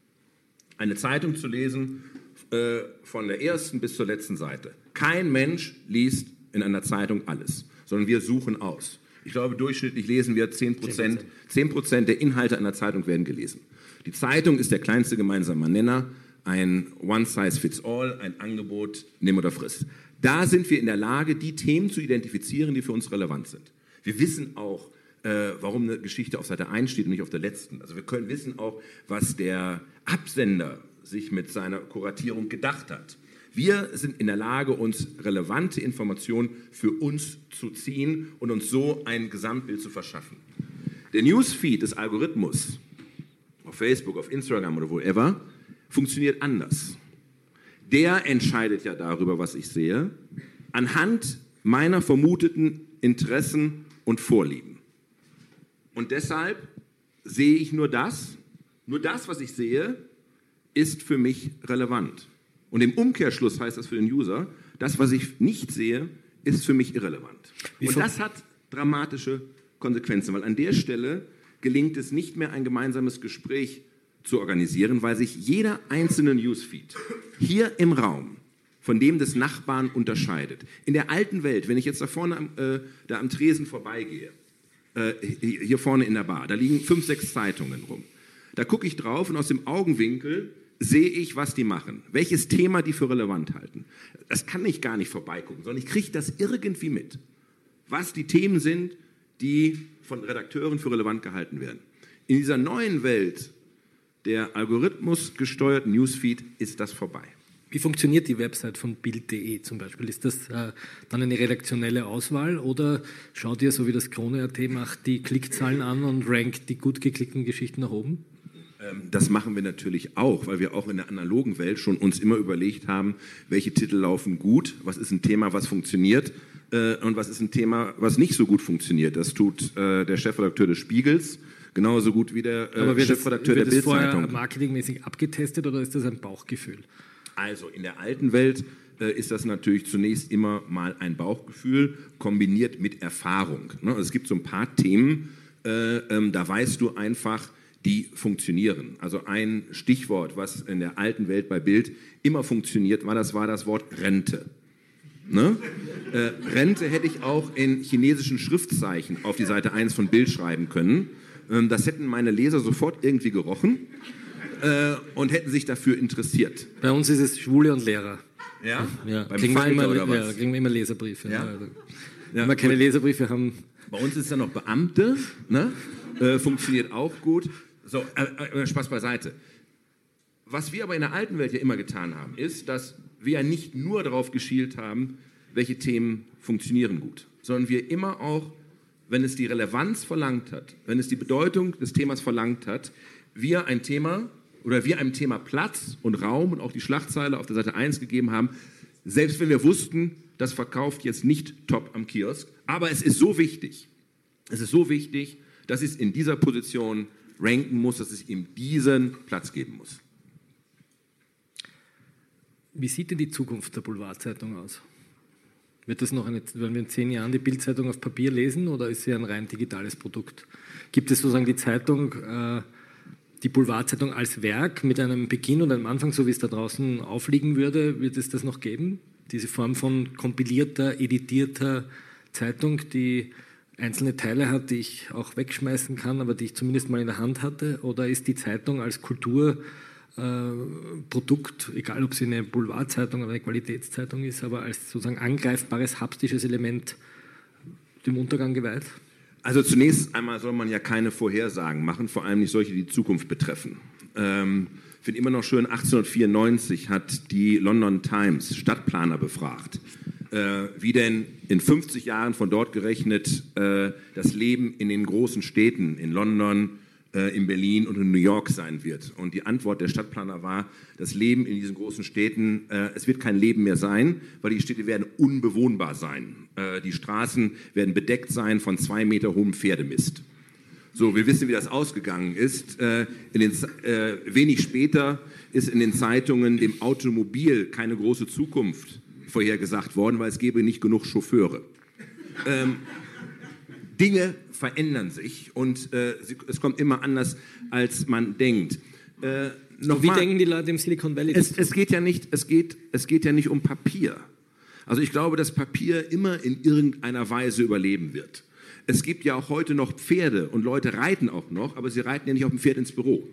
Eine Zeitung zu lesen äh, von der ersten bis zur letzten Seite. Kein Mensch liest in einer Zeitung alles, sondern wir suchen aus. Ich glaube, durchschnittlich lesen wir zehn Prozent, zehn Prozent der Inhalte einer Zeitung werden gelesen. Die Zeitung ist der kleinste gemeinsame Nenner, ein One-Size-Fits-All, ein Angebot, nimm oder friss. Da sind wir in der Lage, die Themen zu identifizieren, die für uns relevant sind. Wir wissen auch, äh, warum eine Geschichte auf Seite eins steht und nicht auf der letzten. Also wir können wissen auch, was der Absender sich mit seiner Kuratierung gedacht hat. Wir sind in der Lage, uns relevante Informationen für uns zu ziehen und uns so ein Gesamtbild zu verschaffen. Der Newsfeed des Algorithmus auf Facebook, auf Instagram oder wherever funktioniert anders. Der entscheidet ja darüber, was ich sehe, anhand meiner vermuteten Interessen und Vorlieben. Und deshalb sehe ich nur das, nur das, was ich sehe, ist für mich relevant. Und im Umkehrschluss heißt das für den User, das, was ich nicht sehe, ist für mich irrelevant. Und das hat dramatische Konsequenzen, weil an der Stelle gelingt es nicht mehr, ein gemeinsames Gespräch zu organisieren, weil sich jeder einzelne Newsfeed hier im Raum von dem des Nachbarn unterscheidet. In der alten Welt, wenn ich jetzt da vorne am, äh, da am Tresen vorbeigehe, äh, hier vorne in der Bar, da liegen fünf, sechs Zeitungen rum. Da gucke ich drauf und aus dem Augenwinkel sehe ich, was die machen, welches Thema die für relevant halten. Das kann ich gar nicht vorbeigucken, sondern ich kriege das irgendwie mit, was die Themen sind, die von Redakteuren für relevant gehalten werden. In dieser neuen Welt der algorithmusgesteuerten Newsfeed ist das vorbei. Wie funktioniert die Website von Bild punkt de zum Beispiel? Ist das äh, dann eine redaktionelle Auswahl oder schaut ihr, so wie das Krone Punkt at macht, die Klickzahlen an und rankt die gut geklickten Geschichten nach oben? Ähm, das machen wir natürlich auch, weil wir auch in der analogen Welt schon uns immer überlegt haben, welche Titel laufen gut, was ist ein Thema, was funktioniert äh, und was ist ein Thema, was nicht so gut funktioniert. Das tut äh, der Chefredakteur des Spiegels, genauso gut wie der äh, Chefredakteur der Bild-Zeitung. Wird das vorher marketingmäßig abgetestet oder ist das ein Bauchgefühl? Also in der alten Welt äh, ist das natürlich zunächst immer mal ein Bauchgefühl kombiniert mit Erfahrung. Ne? Also es gibt so ein paar Themen, äh, ähm, da weißt du einfach, die funktionieren. Also ein Stichwort, was in der alten Welt bei Bild immer funktioniert, war das, war das Wort Rente. Ne? Äh, Rente hätte ich auch in chinesischen Schriftzeichen auf die Seite eins von Bild schreiben können. Ähm, das hätten meine Leser sofort irgendwie gerochen äh, und hätten sich dafür interessiert. Bei uns ist es Schwule und Lehrer. Ja? Ja, Beim kriegen, wir immer, oder was? ja, kriegen wir immer Leserbriefe. Ja? Ja, also, Ja, wenn wir keine gut. Leserbriefe haben. Bei uns ist es ja noch Beamte, ne? äh, funktioniert auch gut. So, äh, äh, Spaß beiseite. Was wir aber in der alten Welt ja immer getan haben, ist, dass wir ja nicht nur darauf geschielt haben, welche Themen funktionieren gut, sondern wir immer auch, wenn es die Relevanz verlangt hat, wenn es die Bedeutung des Themas verlangt hat, wir ein Thema oder wir einem Thema Platz und Raum und auch die Schlagzeile auf der Seite eins gegeben haben, selbst wenn wir wussten, das verkauft jetzt nicht top am Kiosk, aber es ist so wichtig, es ist so wichtig, dass es in dieser Position ranken muss, dass es ihm diesen Platz geben muss. Wie sieht denn die Zukunft der Boulevardzeitung aus? Wird das noch eine, werden wir in zehn Jahren die Bildzeitung auf Papier lesen oder ist sie ein rein digitales Produkt? Gibt es sozusagen die Zeitung, äh, die Boulevardzeitung als Werk mit einem Beginn und einem Anfang, so wie es da draußen aufliegen würde, wird es das noch geben? Diese Form von kompilierter, editierter Zeitung, die einzelne Teile hat, die ich auch wegschmeißen kann, aber die ich zumindest mal in der Hand hatte? Oder ist die Zeitung als Kultur Produkt, egal ob sie eine Boulevardzeitung oder eine Qualitätszeitung ist, aber als sozusagen angreifbares, haptisches Element dem Untergang geweiht? Also zunächst einmal soll man ja keine Vorhersagen machen, vor allem nicht solche, die die Zukunft betreffen. Ähm, ich finde immer noch schön, achtzehnhundertvierundneunzig hat die London Times Stadtplaner befragt, äh, wie denn in fünfzig Jahren von dort gerechnet äh, das Leben in den großen Städten, in London, in Berlin und in New York sein wird. Und die Antwort der Stadtplaner war, das Leben in diesen großen Städten, äh, es wird kein Leben mehr sein, weil die Städte werden unbewohnbar sein. Äh, die Straßen werden bedeckt sein von zwei Meter hohem Pferdemist. So, wir wissen, wie das ausgegangen ist. Äh, in den, äh, wenig später ist in den Zeitungen dem Automobil keine große Zukunft vorhergesagt worden, weil es gäbe nicht genug Chauffeure. Ähm, Dinge verändern sich und äh, sie, es kommt immer anders, als man denkt. Äh, noch Wie mal, denken die Leute im Silicon Valley? Es, es, geht ja nicht, es, geht, es geht ja nicht um Papier. Also ich glaube, dass Papier immer in irgendeiner Weise überleben wird. Es gibt ja auch heute noch Pferde und Leute reiten auch noch, aber sie reiten ja nicht auf dem Pferd ins Büro.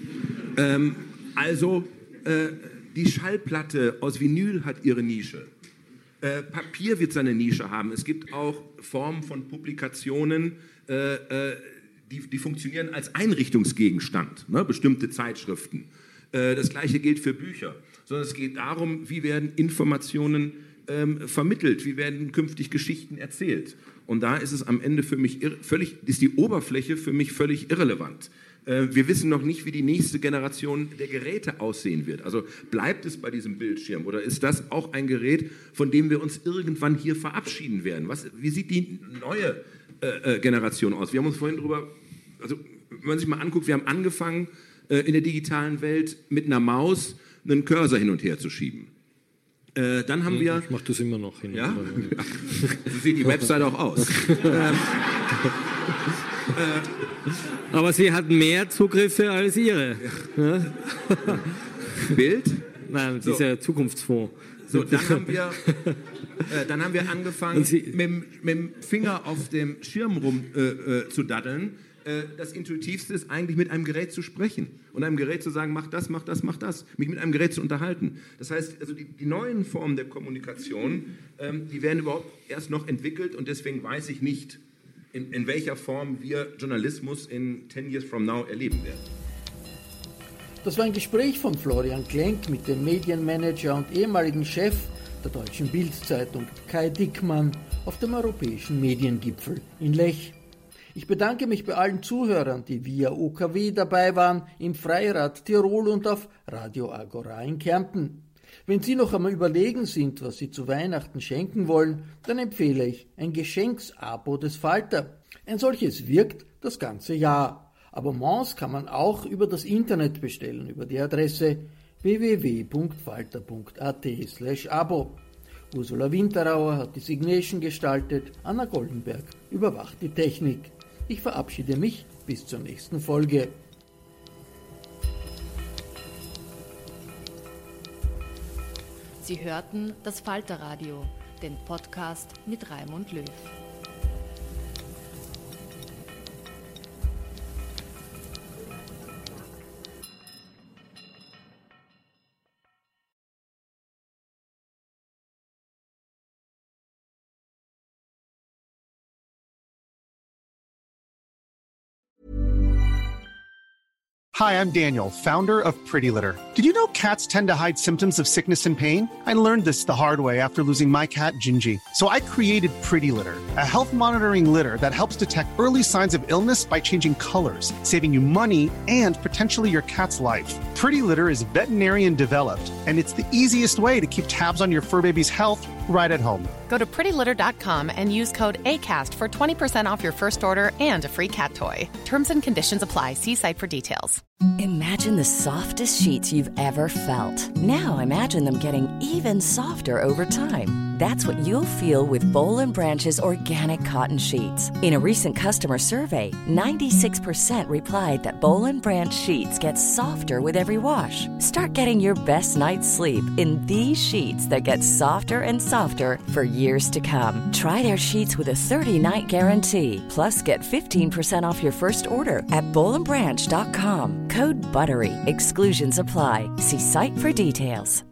ähm, also äh, die Schallplatte aus Vinyl hat ihre Nische. Äh, Papier wird seine Nische haben. Es gibt auch Formen von Publikationen, äh, äh, die, die funktionieren als Einrichtungsgegenstand, ne? Bestimmte Zeitschriften. Äh, das Gleiche gilt für Bücher. Sondern es geht darum, wie werden Informationen ähm, vermittelt, wie werden künftig Geschichten erzählt. Und da ist es am Ende für mich irre, völlig, ist die Oberfläche für mich völlig irrelevant. Wir wissen noch nicht, wie die nächste Generation der Geräte aussehen wird. Also bleibt es bei diesem Bildschirm oder ist das auch ein Gerät, von dem wir uns irgendwann hier verabschieden werden? Was, wie sieht die neue äh, Generation aus? Wir haben uns vorhin darüber, also wenn man sich mal anguckt, wir haben angefangen äh, in der digitalen Welt mit einer Maus einen Cursor hin und her zu schieben. Äh, dann haben wir... Ich mache das immer noch hin. Ja? So sieht die Website auch aus. ähm, Äh, aber sie hat mehr Zugriffe als ihre. Ja. Ja. Bild? Nein, dieser so. Zukunftsfonds. So, dann haben wir, äh, dann haben wir angefangen, mit, mit dem Finger auf dem Schirm rum äh, äh, zu daddeln. Äh, das Intuitivste ist eigentlich, mit einem Gerät zu sprechen und einem Gerät zu sagen, mach das, mach das, mach das. Mich mit einem Gerät zu unterhalten. Das heißt, also die, die neuen Formen der Kommunikation, ähm, die werden überhaupt erst noch entwickelt und deswegen weiß ich nicht, In, in welcher Form wir Journalismus in ten years from now erleben werden. Das war ein Gespräch von Florian Klenk mit dem Medienmanager und ehemaligen Chef der Deutschen Bildzeitung Kai Dickmann auf dem Europäischen Mediengipfel in Lech. Ich bedanke mich bei allen Zuhörern, die via O K W dabei waren, im Freirad Tirol und auf Radio Agora in Kärnten. Wenn Sie noch einmal überlegen sind, was Sie zu Weihnachten schenken wollen, dann empfehle ich ein Geschenksabo des Falter. Ein solches wirkt das ganze Jahr. Abonnements kann man auch über das Internet bestellen, über die Adresse w w w punkt falter punkt a t slash abo. Ursula Winterauer hat die Signation gestaltet, Anna Goldenberg überwacht die Technik. Ich verabschiede mich bis zur nächsten Folge. Sie hörten das Falterradio, den Podcast mit Raimund Löw. Hi, I'm Daniel, founder of Pretty Litter. Did you know cats tend to hide symptoms of sickness and pain? I learned this the hard way after losing my cat, Gingy. So I created Pretty Litter, a health monitoring litter that helps detect early signs of illness by changing colors, saving you money and potentially your cat's life. Pretty Litter is veterinarian developed, and it's the easiest way to keep tabs on your fur baby's health right at home. Go to pretty litter dot com and use code ACAST for twenty percent off your first order and a free cat toy. Terms and conditions apply. See site for details. Imagine the softest sheets you've ever felt. Now imagine them getting even softer over time. That's what you'll feel with Boll and Branch's organic cotton sheets. In a recent customer survey, ninety-six percent replied that Boll and Branch sheets get softer with every wash. Start getting your best night's sleep in these sheets that get softer and softer for years to come. Try their sheets with a thirty-night guarantee. Plus, get fifteen percent off your first order at boll and branch dot com. Code BUTTERY. Exclusions apply. See site for details.